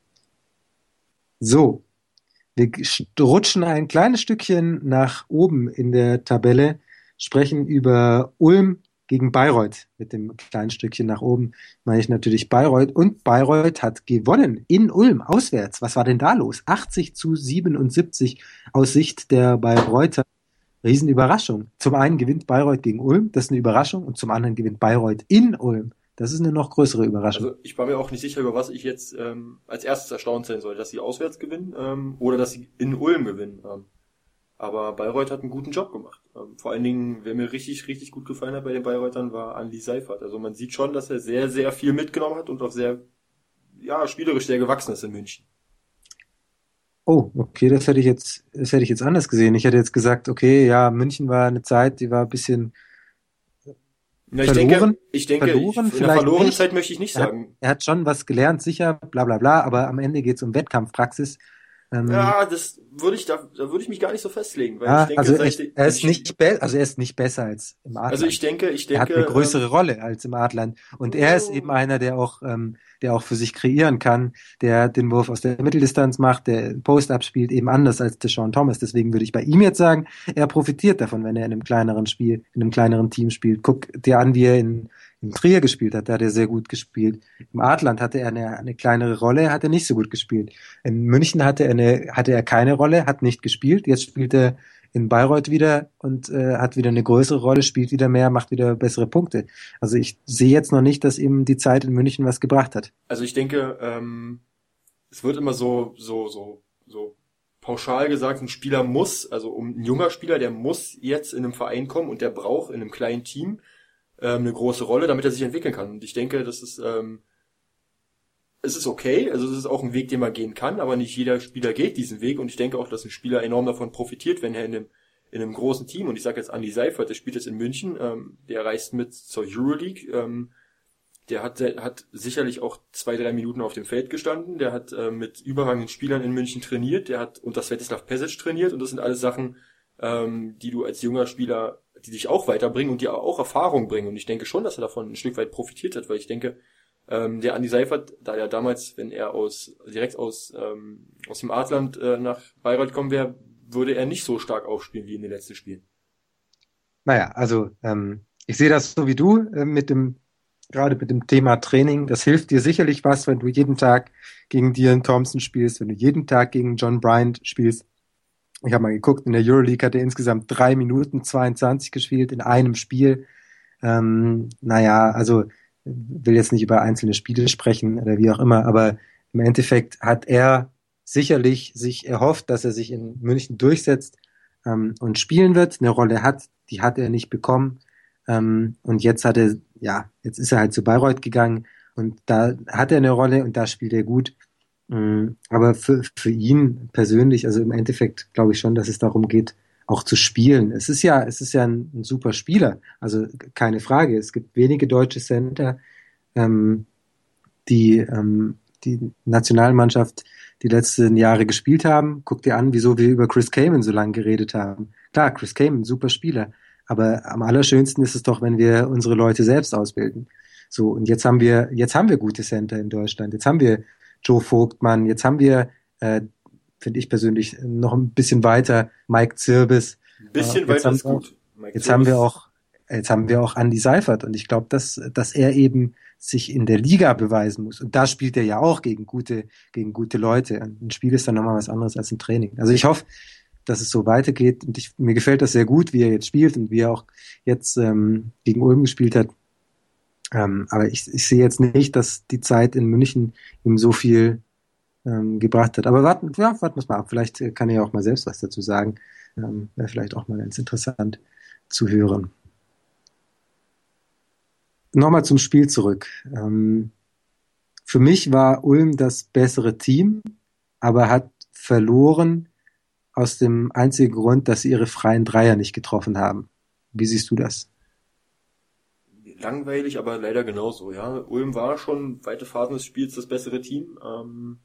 So, wir rutschen ein kleines Stückchen nach oben in der Tabelle, sprechen über Ulm gegen Bayreuth. Mit dem kleinen Stückchen nach oben meine ich natürlich Bayreuth. Und Bayreuth hat gewonnen in Ulm, auswärts. Was war denn da los? achtzig zu siebenundsiebzig aus Sicht der Bayreuther. Riesenüberraschung. Zum einen gewinnt Bayreuth gegen Ulm, das ist eine Überraschung, und zum anderen gewinnt Bayreuth in Ulm. Das ist eine noch größere Überraschung. Also ich war mir auch nicht sicher, über was ich jetzt ähm, als erstes erstaunt sein soll, dass sie auswärts gewinnen ähm, oder dass sie in Ulm gewinnen. Ähm, aber Bayreuth hat einen guten Job gemacht. Ähm, vor allen Dingen, wer mir richtig, richtig gut gefallen hat bei den Bayreutern, war Andi Seifert. Also man sieht schon, dass er sehr, sehr viel mitgenommen hat und auch sehr, ja, spielerisch sehr gewachsen ist in München. Oh, okay, das hätte ich jetzt, das hätte ich jetzt anders gesehen. Ich hätte jetzt gesagt, okay, ja, München war eine Zeit, die war ein bisschen ja, ich verloren. Denke, ich denke, verloren, ich, in der verlorenen Zeit möchte ich nicht er sagen. Hat, er hat schon was gelernt, sicher, bla bla bla, aber am Ende geht es um Wettkampfpraxis. Ähm, ja, das würde ich, da, da würde ich mich gar nicht so festlegen, weil ja, ich denke, also seit, er, er ist nicht be- also er ist nicht besser als im Adland. Also ich denke, ich denke, er hat eine größere ähm, Rolle als im Adland und oh. er ist eben einer, der auch, ähm, der auch für sich kreieren kann, der den Wurf aus der Mitteldistanz macht, der Post-up spielt, eben anders als Deshaun Thomas. Deswegen würde ich bei ihm jetzt sagen, er profitiert davon, wenn er in einem kleineren Spiel, in einem kleineren Team spielt. Guck dir an, wie er in in Trier gespielt hat, da hat er sehr gut gespielt. Im Adland hatte er eine, eine kleinere Rolle, hat er nicht so gut gespielt. In München hatte er eine, hatte er keine Rolle, hat nicht gespielt. Jetzt spielt er in Bayreuth wieder und äh, hat wieder eine größere Rolle, spielt wieder mehr, macht wieder bessere Punkte. Also ich sehe jetzt noch nicht, dass ihm die Zeit in München was gebracht hat. Also ich denke, ähm, es wird immer so, so, so, so pauschal gesagt, ein Spieler muss, also um ein junger Spieler, der muss jetzt in einem Verein kommen und der braucht in einem kleinen Team eine große Rolle, damit er sich entwickeln kann. Und ich denke, das ist, ähm, es ist okay, also es ist auch ein Weg, den man gehen kann, aber nicht jeder Spieler geht diesen Weg und ich denke auch, dass ein Spieler enorm davon profitiert, wenn er in einem, in einem großen Team, und ich sage jetzt Andi Seifert, der spielt jetzt in München, ähm, der reist mit zur Euroleague, ähm, der hat, der hat sicherlich auch zwei, drei Minuten auf dem Feld gestanden, der hat äh, mit überragenden Spielern in München trainiert, der hat unter Svetislav Pesic trainiert und das sind alles Sachen, ähm, die du als junger Spieler die dich auch weiterbringen und die auch Erfahrung bringen. Und ich denke schon, dass er davon ein Stück weit profitiert hat, weil ich denke, ähm, der Andi Seifert, da er damals, wenn er aus direkt aus ähm, aus dem Adland äh, nach Bayreuth kommen wäre, würde er nicht so stark aufspielen wie in den letzten Spielen. Naja, also ähm, ich sehe das so wie du, äh, mit dem gerade mit dem Thema Training. Das hilft dir sicherlich was, wenn du jeden Tag gegen Dion Thompson spielst, wenn du jeden Tag gegen John Bryant spielst. Ich habe mal geguckt, in der Euroleague hat er insgesamt drei Minuten zweiundzwanzig gespielt in einem Spiel. Ähm, naja, also will jetzt nicht über einzelne Spiele sprechen oder wie auch immer, aber im Endeffekt hat er sicherlich sich erhofft, dass er sich in München durchsetzt ähm, und spielen wird. Eine Rolle hat, die hat er nicht bekommen. Ähm, und jetzt hat er, ja, jetzt ist er halt zu Bayreuth gegangen und da hat er eine Rolle und da spielt er gut. Mm, Aber für, für ihn persönlich, also im Endeffekt glaube ich schon, dass es darum geht, auch zu spielen. Es ist ja, es ist ja ein, ein super Spieler, also keine Frage. Es gibt wenige deutsche Center, ähm, die ähm, die Nationalmannschaft die letzten Jahre gespielt haben. Guck dir an, wieso wir über Chris Kaman so lange geredet haben. Klar, Chris Kaman, super Spieler. Aber am allerschönsten ist es doch, wenn wir unsere Leute selbst ausbilden. So, und jetzt haben wir, jetzt haben wir gute Center in Deutschland. Jetzt haben wir Joe Vogtmann. Jetzt haben wir, äh, finde ich persönlich, noch ein bisschen weiter Mike Zirbis. Ein Äh, bisschen jetzt weiter haben ist wir auch, gut. Mike jetzt haben wir Zirbis, auch, jetzt haben wir auch Andy Seifert. Und ich glaube, dass, dass er eben sich in der Liga beweisen muss. Und da spielt er ja auch gegen gute, gegen gute Leute. Ein Spiel ist dann nochmal was anderes als ein Training. Also ich hoffe, dass es so weitergeht. Und ich, mir gefällt das sehr gut, wie er jetzt spielt und wie er auch jetzt ähm, gegen Ulm gespielt hat. Ähm, aber ich, ich sehe jetzt nicht, dass die Zeit in München ihm so viel ähm, gebracht hat. Aber warten, ja, warten wir es mal ab. Vielleicht äh, kann er ja auch mal selbst was dazu sagen. Ähm, Wäre vielleicht auch mal ganz interessant zu hören. Nochmal zum Spiel zurück. Ähm, für mich war Ulm das bessere Team, aber hat verloren aus dem einzigen Grund, dass sie ihre freien Dreier nicht getroffen haben. Wie siehst du das? langweilig, aber leider genauso, ja. Ulm war schon weite Phasen des Spiels das bessere Team. Ähm,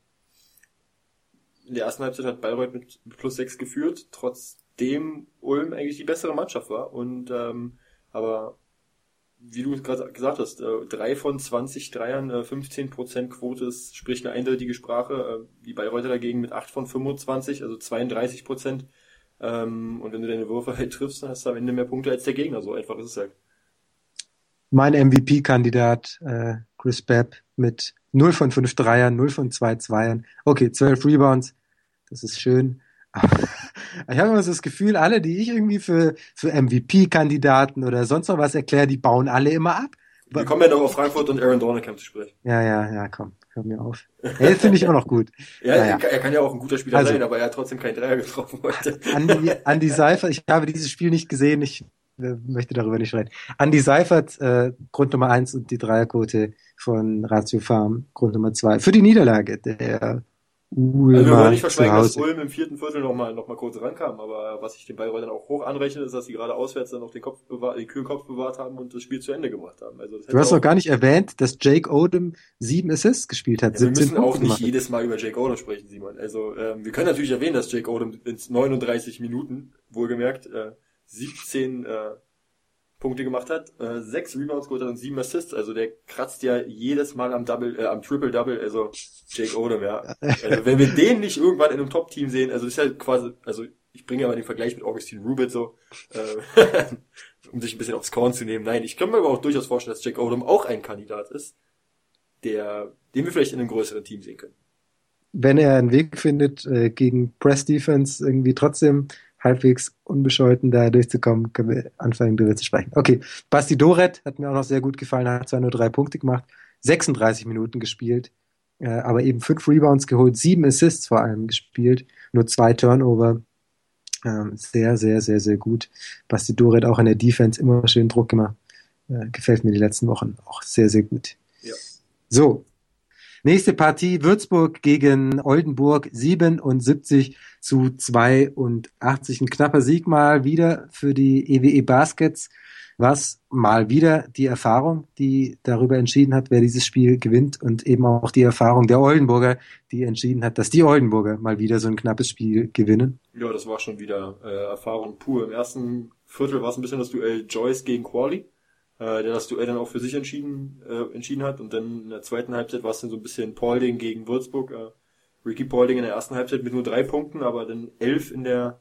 in der ersten Halbzeit hat Bayreuth mit plus sechs geführt, trotzdem Ulm eigentlich die bessere Mannschaft war. Und ähm, aber wie du gerade gesagt hast, äh, drei von zwanzig Dreiern, äh, fünfzehn Prozent Quote ist, spricht eine eindeutige Sprache. Äh, die Bayreuther dagegen mit acht von fünfundzwanzig, also zweiunddreißig Prozent. Ähm, und wenn du deine Würfe halt triffst, dann hast du am Ende mehr Punkte als der Gegner. So einfach ist es halt. Mein M V P-Kandidat, äh, Chris Babb, mit null von fünf Dreiern, null von zwei Zweiern. Okay, zwölf Rebounds, das ist schön. Aber ich habe immer so das Gefühl, alle, die ich irgendwie für, für M V P-Kandidaten oder sonst noch was erkläre, die bauen alle immer ab. Wir kommen ja noch auf Frankfurt und Aaron Dornkamp zu sprechen. Ja, ja, ja, komm, hör mir auf. Hey, finde ich auch noch gut. Ja, Naja. er kann ja auch ein guter Spieler Also, sein, aber er hat trotzdem keinen Dreier getroffen heute. Andi, Andi Seifert, ich habe dieses Spiel nicht gesehen, ich äh, möchte darüber nicht reden. Andi Seifert, äh, Grund Nummer eins und die Dreierquote von Ratio Farm, Grund Nummer zwei. Für die Niederlage der Also wir wollen nicht Ulmer zu verschweigen, dass Hause. Ulm im vierten Viertel nochmal noch mal kurz rankam, aber was ich den Bayreutern auch hoch anrechne, ist, dass sie gerade auswärts dann noch den Kopf bewahrt, den kühlen Kopf bewahrt haben und das Spiel zu Ende gebracht haben. Also das Du hätte hast noch auch, gar nicht erwähnt, dass Jake Odom sieben Assists gespielt hat, ja, wir siebzehn müssen Punkte auch nicht gemacht hat. jedes Mal über Jake Odom sprechen, Simon. Also ähm, wir können natürlich erwähnen, dass Jake Odom in neununddreißig Minuten, wohlgemerkt, äh, siebzehn äh, Punkte gemacht hat, äh, sechs Rebounds geholt hat und sieben Assists. Also der kratzt ja jedes Mal am Double, äh, am Triple Double. Also Jake Odom, ja. Also wenn wir den nicht irgendwann in einem Top-Team sehen, also ist ja quasi, also ich bringe ja mal den Vergleich mit Augustin Rubit so, äh, um sich ein bisschen aufs Korn zu nehmen. Nein, ich kann mir aber auch durchaus vorstellen, dass Jake Odom auch ein Kandidat ist, der, den wir vielleicht in einem größeren Team sehen können. Wenn er einen Weg findet, äh, gegen Press Defense irgendwie trotzdem halbwegs unbescholten da durchzukommen, können wir anfangen, darüber zu sprechen. Okay, Basti Doret hat mir auch noch sehr gut gefallen, hat zwar nur drei Punkte gemacht, sechsunddreißig Minuten gespielt, äh, aber eben fünf Rebounds geholt, sieben Assists vor allem gespielt, nur zwei Turnover. Ähm, sehr, sehr, sehr, sehr gut. Basti Doret auch in der Defense immer schön Druck gemacht. Äh, gefällt mir die letzten Wochen auch sehr, sehr gut. Ja. So, nächste Partie, Würzburg gegen Oldenburg, siebenundsiebzig zu zweiundachtzig. Ein knapper Sieg mal wieder für die E W E Baskets, was mal wieder die Erfahrung, die darüber entschieden hat, wer dieses Spiel gewinnt, und eben auch die Erfahrung der Oldenburger, die entschieden hat, dass die Oldenburger mal wieder so ein knappes Spiel gewinnen. Ja, das war schon wieder äh, Erfahrung pur. Im ersten Viertel war es ein bisschen das Duell Joyce gegen Quali, der das Duell dann auch für sich entschieden äh, entschieden hat, und dann in der zweiten Halbzeit war es dann so ein bisschen Paulding gegen Würzburg. Äh, Ricky Paulding in der ersten Halbzeit mit nur drei Punkten, aber dann elf in der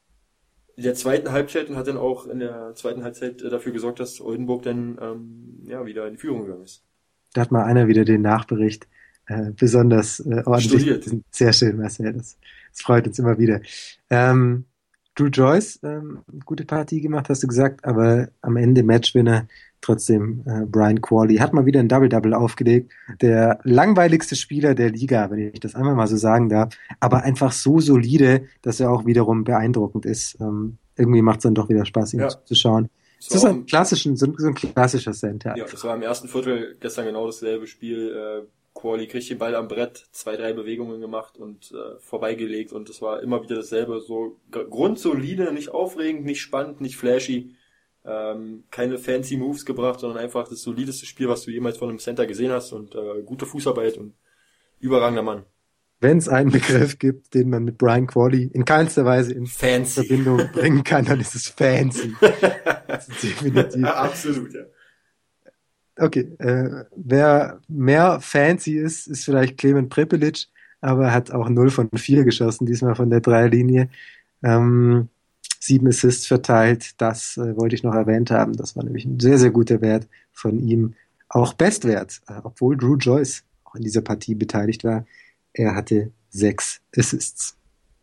in der zweiten Halbzeit, und hat dann auch in der zweiten Halbzeit äh, dafür gesorgt, dass Oldenburg dann ähm, ja wieder in die Führung gegangen ist. Da hat mal einer wieder den Nachbericht äh, besonders äh, ordentlich. Studiert. Sehr schön, Marcel. Das, das freut uns immer wieder. Ähm, Drew Joyce, ähm, gute Partie gemacht, hast du gesagt, aber am Ende Matchwinner trotzdem äh, Brian Qualley. Hat mal wieder ein Double-Double aufgelegt. Der langweiligste Spieler der Liga, wenn ich das einmal mal so sagen darf, aber einfach so solide, dass er auch wiederum beeindruckend ist. Ähm, irgendwie macht es dann doch wieder Spaß, ihm Ja. zu schauen. Das ist ein klassischen, so ein, so ein klassischer Center. Ja, das war im ersten Viertel gestern genau dasselbe Spiel. Äh, Quali kriegt den Ball am Brett, zwei, drei Bewegungen gemacht und äh, vorbeigelegt und es war immer wieder dasselbe, so g- grundsolide, nicht aufregend, nicht spannend, nicht flashy, ähm, keine fancy Moves gebracht, sondern einfach das solideste Spiel, was du jemals von einem Center gesehen hast und äh, gute Fußarbeit und überragender Mann. Wenn es einen Begriff gibt, den man mit Brian Qualley in keinster Weise in Fancy. Verbindung bringen kann, dann ist es fancy. Definitiv. Ja, absolut, ja. Okay, äh, wer mehr fancy ist, ist vielleicht Clement Prepelic, aber er hat auch null von vier geschossen, diesmal von der Dreierlinie. Ähm, sieben Assists verteilt, das äh, wollte ich noch erwähnt haben. Das war nämlich ein sehr, sehr guter Wert von ihm. Auch Bestwert, äh, obwohl Drew Joyce auch in dieser Partie beteiligt war. Er hatte sechs Assists.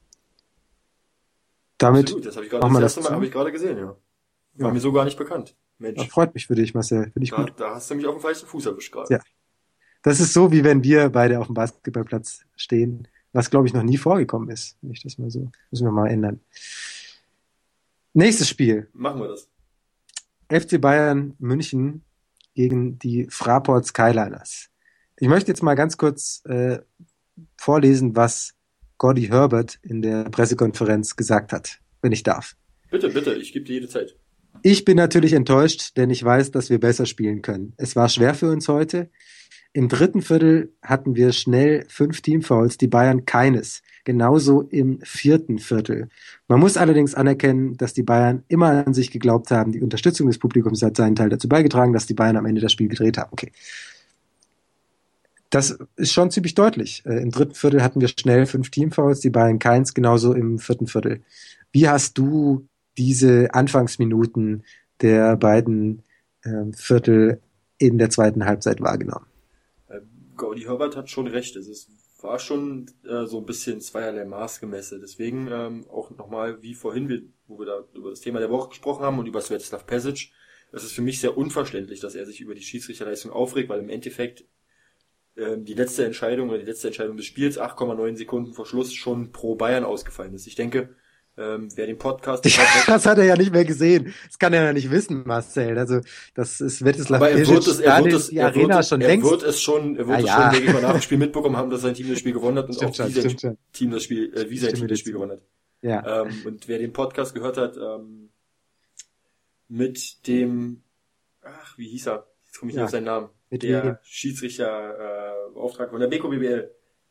Damit Absolut, das habe ich gerade machen wir das das erste Mal zu. habe ich gerade gesehen, ja. War Ja. mir so gar nicht bekannt. Mensch, Ja, freut mich für dich, Marcel. Finde ich da, gut. da hast du mich auf dem falschen Fuß erwischt gerade. Ja. Das ist so, wie wenn wir beide auf dem Basketballplatz stehen, was, glaube ich, noch nie vorgekommen ist. Wenn ich das mal so, müssen wir mal ändern. Nächstes Spiel. Machen wir das. F C Bayern München gegen die Fraport Skyliners. Ich möchte jetzt mal ganz kurz äh, vorlesen, was Gordy Herbert in der Pressekonferenz gesagt hat, wenn ich darf. Bitte, bitte, ich gebe dir jede Zeit. Ich bin natürlich enttäuscht, denn ich weiß, dass wir besser spielen können. Es war schwer für uns heute. Im dritten Viertel hatten wir schnell fünf Teamfouls, die Bayern keines. Genauso im vierten Viertel. Man muss allerdings anerkennen, dass die Bayern immer an sich geglaubt haben. Die Unterstützung des Publikums hat seinen Teil dazu beigetragen, dass die Bayern am Ende das Spiel gedreht haben. Okay. Das ist schon ziemlich deutlich. Äh, Im dritten Viertel hatten wir schnell fünf Teamfouls, die Bayern keins, genauso im vierten Viertel. Wie hast du diese Anfangsminuten der beiden äh, Viertel in der zweiten Halbzeit wahrgenommen? Gordy Herbert hat schon recht. Es ist, war schon äh, so ein bisschen zweierlei Maß gemessen. Deswegen ähm, auch nochmal, wie vorhin, wir, wo wir da über das Thema der Woche gesprochen haben und über Svetislav Pesic, es ist für mich sehr unverständlich, dass er sich über die Schiedsrichterleistung aufregt, weil im Endeffekt ähm, die letzte Entscheidung oder die letzte Entscheidung des Spiels acht Komma neun Sekunden vor Schluss schon pro Bayern ausgefallen ist. Ich denke, ähm, wer den Podcast... Das hat er ja nicht mehr gesehen. Das kann er ja nicht wissen, Marcel. Also das ist Svetislav Aber er Pesic, wird es, er wird da es, die er Arena wird, schon er längst. wird es schon, er wird Ah, es ja. schon, denke ich mal, nach dem Spiel mitbekommen haben, dass sein Team das Spiel gewonnen hat und Stimmt auch schon, wie sein stimmt schon. Team das Spiel, äh, wie sein Stimme Team das dir Spiel zu. gewonnen hat. Ja. Ähm, und wer den Podcast gehört hat, ähm, mit dem, ach, wie hieß er? Jetzt komme ich Ja. nicht auf seinen Namen. Mit der wem? Schiedsrichter, äh, Beauftragte von der B K B B L.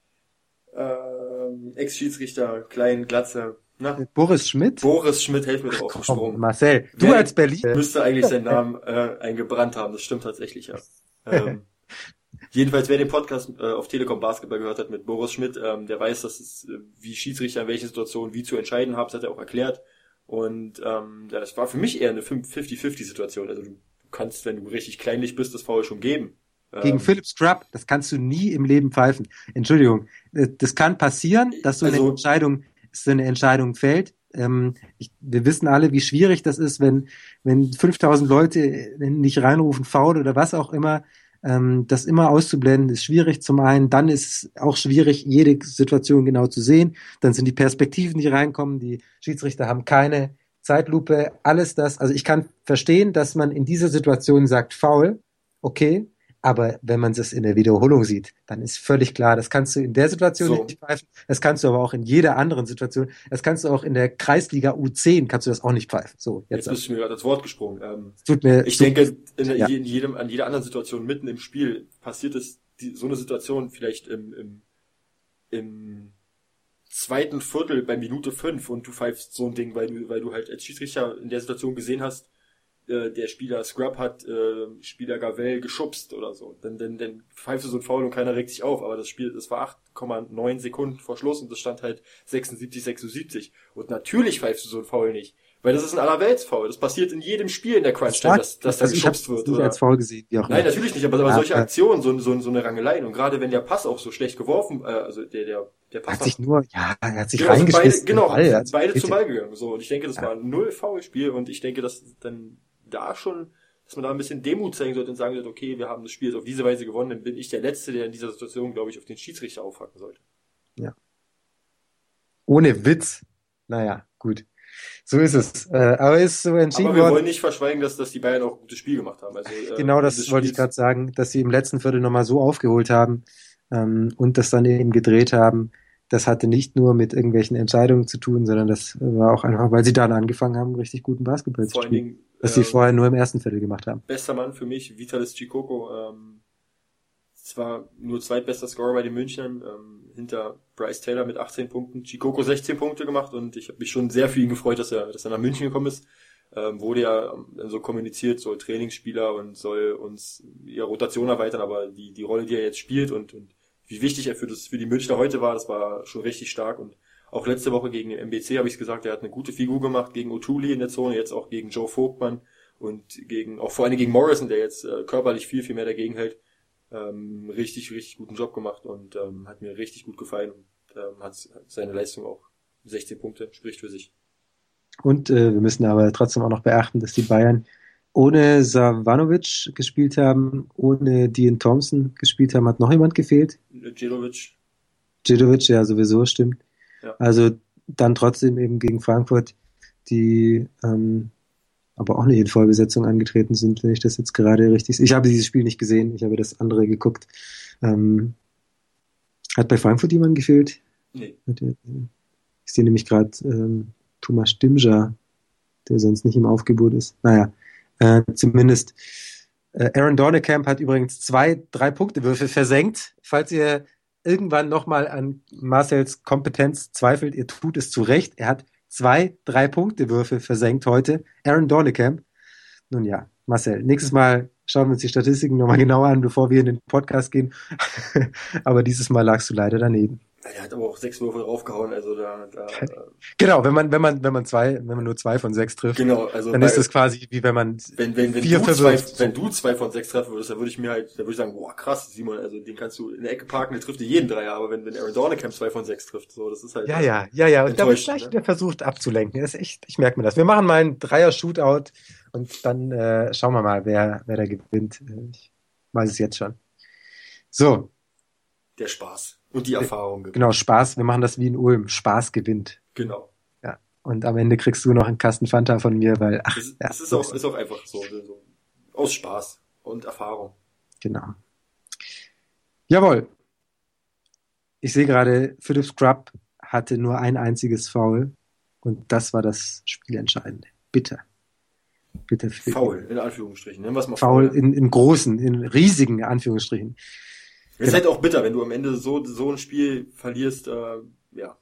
Ähm, Ex-Schiedsrichter, klein, glatze, na? Mit Boris Schmidt? Boris Schmidt, helft mir doch auf den Komm, Sprung. Marcel, du Wer- als Berlin. Müsste eigentlich seinen Namen äh, eingebrannt haben, das stimmt tatsächlich, ja. Ähm, jedenfalls, wer den Podcast äh, auf Telekom Basketball gehört hat mit Boris Schmidt, ähm, der weiß, dass es, äh, wie Schiedsrichter in welchen Situationen wie zu entscheiden haben, das hat er auch erklärt. Und ähm, ja, das war für mich eher eine fünfzig fünfzig Situation. Also du kannst, wenn du richtig kleinlich bist, das Foul schon geben. Gegen Ähm, Philip Strupp, das kannst du nie im Leben pfeifen. Entschuldigung, äh, das kann passieren, dass so eine Also- Entscheidung, so eine Entscheidung fällt. Ähm, ich, wir wissen alle, wie schwierig das ist, wenn wenn fünftausend Leute nicht reinrufen, faul oder was auch immer. Ähm, das immer auszublenden ist schwierig. Zum einen, dann ist es auch schwierig, jede Situation genau zu sehen. Dann sind die Perspektiven, die reinkommen. Die Schiedsrichter haben keine Zeitlupe. Alles das. Also ich kann verstehen, dass man in dieser Situation sagt, faul, okay. Aber wenn man es in der Wiederholung sieht, dann ist völlig klar, das kannst du in der Situation So. nicht pfeifen, das kannst du aber auch in jeder anderen Situation, das kannst du auch in der Kreisliga U zehn, kannst du das auch nicht pfeifen. So, jetzt jetzt, bist du mir gerade ins Wort gesprungen. Ähm, tut mir ich so- denke, in, Ja. in jedem, an jeder anderen Situation mitten im Spiel passiert es, die, so eine Situation vielleicht im, im, im zweiten Viertel bei Minute fünf und du pfeifst so ein Ding, weil du, weil du halt als Schiedsrichter in der Situation gesehen hast, äh, der Spieler Scrub hat äh, Spieler Gavel geschubst oder so. Dann, dann, dann pfeifst du so ein Foul und keiner regt sich auf. Aber das Spiel, das war acht Komma neun Sekunden vor Schluss und das stand halt sechsundsiebzig sechsundsiebzig. Und natürlich pfeifst du so ein Foul nicht. Weil das ist ein Allerweltsfoul. Das passiert in jedem Spiel in der Crunch-Time, dass, dass da also ich hab's geschubst wird. nicht Oder? als faul gesehen, wie auch Nein, immer. natürlich nicht, aber, aber Ja, solche ja. Aktionen, so, so, so eine Rangelei. Und gerade wenn der Pass auch so schlecht geworfen, äh, also der, der, der Pass Hat sich nur, ja, er hat sich Genau, sind beide, reingeschmissen. genau, Ball, sind also, beide bitte. zum Ball gegangen. So, und ich denke, das Ja. war ein null Foul-Spiel und ich denke, dass dann da schon, dass man da ein bisschen Demut zeigen sollte und sagen sollte, okay, wir haben das Spiel jetzt auf diese Weise gewonnen, dann bin ich der Letzte, der in dieser Situation, glaube ich, auf den Schiedsrichter aufhacken sollte. Ohne Witz. Naja, gut. So ist es. Äh, aber ist so entschieden Aber wir worden. wollen nicht verschweigen, dass, dass die Bayern auch ein gutes Spiel gemacht haben. Also, äh, Genau, das dieses wollte ich Spiels- gerade sagen, dass sie im letzten Viertel nochmal so aufgeholt haben. ähm, und das dann eben gedreht haben. Das hatte nicht nur mit irgendwelchen Entscheidungen zu tun, sondern das war auch einfach, weil sie dann angefangen haben, richtig guten Basketball Vor zu allen spielen. Dingen, Was sie äh, vorher nur im ersten Viertel gemacht haben. bester Mann für mich, Vitalis Chikoko, ähm, zwar nur zweitbester Scorer bei den Münchnern, ähm, hinter Bryce Taylor mit achtzehn Punkten, Chikoko sechzehn Punkte gemacht und ich habe mich schon sehr für ihn gefreut, dass er, dass er nach München gekommen ist. Ähm, wurde ja ähm, so kommuniziert, so Trainingsspieler und soll uns ja Rotation erweitern, aber die die Rolle, die er jetzt spielt und und wie wichtig er für das für die Münchner heute war, das war schon richtig stark und auch letzte Woche gegen den M B C habe ich es gesagt, er hat eine gute Figur gemacht gegen O'Toole in der Zone, jetzt auch gegen Joe Vogtmann und gegen auch vor allem gegen Morrison, der jetzt äh, körperlich viel viel mehr dagegen hält. Ähm, richtig richtig guten Job gemacht und ähm, hat mir richtig gut gefallen und ähm, hat seine Leistung auch sechzehn Punkte spricht für sich. Und äh, wir müssen aber trotzdem auch noch beachten, dass die Bayern ohne Savanovic gespielt haben, ohne Dean Thompson gespielt haben. Hat noch jemand gefehlt? Djedovic. Djedovic, ja, sowieso, stimmt. Ja. Also dann trotzdem eben gegen Frankfurt, die ähm, aber auch nicht in Vollbesetzung angetreten sind, wenn ich das jetzt gerade richtig sehe. Ich habe dieses Spiel nicht gesehen, ich habe das andere geguckt. Ähm, hat bei Frankfurt jemand gefehlt? Nee. Ich sehe nämlich gerade ähm, Thomas Stimja, der sonst nicht im Aufgebot ist. Naja, äh, zumindest äh, Aaron Dornekamp hat übrigens zwei Drei-Punkte-Würfe versenkt. Falls ihr irgendwann nochmal an Marcels Kompetenz zweifelt, ihr tut es zu Recht. Er hat zwei Drei-Punkte-Würfe versenkt heute. Aaron Dornekamp. Nun ja, Marcel, nächstes Mal schauen wir uns die Statistiken nochmal genauer an, bevor wir in den Podcast gehen. Aber dieses Mal lagst du leider daneben. Er hat aber auch sechs Würfe draufgehauen, also da, da genau, wenn man wenn man wenn man zwei, wenn man nur zwei von sechs trifft, genau, also dann bei, ist das quasi wie wenn man wenn wenn wenn vier du zwei, verwirft. wenn du zwei von sechs treffen würdest, dann würde ich mir halt, dann würde ich sagen, boah krass, Simon, also den kannst du in der Ecke parken, der trifft dir jeden Dreier, aber wenn wenn Aaron Dornekamp zwei von sechs trifft, so, das ist halt ja ja ja ja und da wird gleich ne? wieder versucht abzulenken. Das ist echt, ich merke mir das. Wir machen mal einen Dreier-Shootout und dann äh, schauen wir mal, wer wer da gewinnt. Ich weiß es jetzt schon. So. Der Spaß und die Erfahrung gewinnt. Genau, Spaß. Wir machen das wie in Ulm. Spaß gewinnt. Genau. Ja. Und am Ende kriegst du noch einen Kasten Fanta von mir, weil ach, es, ja, es ist auch ist auch einfach so, so aus Spaß und Erfahrung. Genau. Jawohl. Ich sehe gerade, Philip Scrubb hatte nur ein einziges Foul und das war das Spielentscheidende. Bitte. Bitte. Foul, in Anführungsstrichen. Nennen wir es mal Foul. Foul in, in großen, in riesigen Anführungsstrichen. Es ist halt auch bitter, wenn du am Ende so so ein Spiel verlierst. Äh, ja,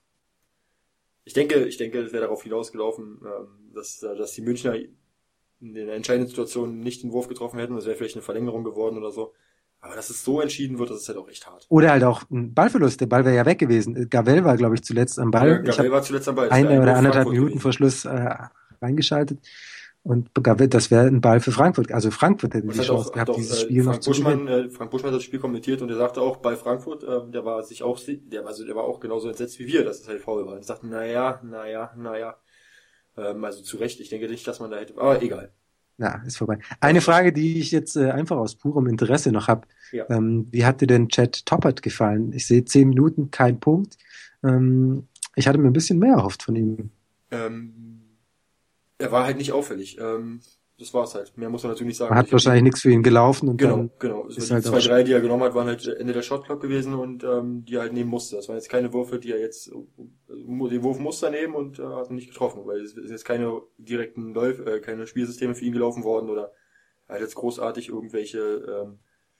ich denke, ich denke, es wäre darauf hinausgelaufen, äh, dass dass die Münchner in der entscheidenden Situation nicht den Wurf getroffen hätten. Das wäre vielleicht eine Verlängerung geworden oder so. Aber dass es so entschieden wird, das ist halt auch echt hart. Oder halt auch ein Ballverlust. Der Ball wäre ja weg gewesen. Gavel war, glaube ich, zuletzt am Ball. Ja, Gavel war zuletzt am Ball. Eine oder anderthalb Minuten vor Schluss äh, reingeschaltet. Und das wäre ein Ball für Frankfurt. Also Frankfurt hätte die Chance gehabt, doch, dieses äh, Spiel Frank noch zu Buschmann, gewinnen. äh, Frank Buschmann hat das Spiel kommentiert und er sagte auch bei Frankfurt, äh, der war sich auch, der, also der war auch genauso entsetzt wie wir, dass es halt faul war. Er sagte, naja, naja, naja. Ähm, also zu Recht, ich denke nicht, dass man da hätte, aber egal. Ja, ist vorbei. Eine Frage, die ich jetzt äh, einfach aus purem Interesse noch habe. Ja. Ähm, wie hat dir denn Chad Toppert gefallen? Ich sehe zehn Minuten, kein Punkt. Ähm, ich hatte mir ein bisschen mehr erhofft von ihm. Ähm, er war halt nicht auffällig. Ähm, das war's halt. Mehr muss man natürlich nicht sagen. Man hat ich wahrscheinlich nichts für ihn gelaufen und genau, dann genau. Also ist die halt zwei, auch drei, die er genommen hat, waren halt Ende der Shotclock gewesen und ähm, die er halt nehmen musste. Das waren jetzt keine Würfe, die er jetzt, also den Wurf musste er nehmen und äh, hat ihn nicht getroffen, weil es ist jetzt keine direkten Läuf, äh, keine Spielsysteme für ihn gelaufen worden oder er hat jetzt großartig irgendwelche, ähm,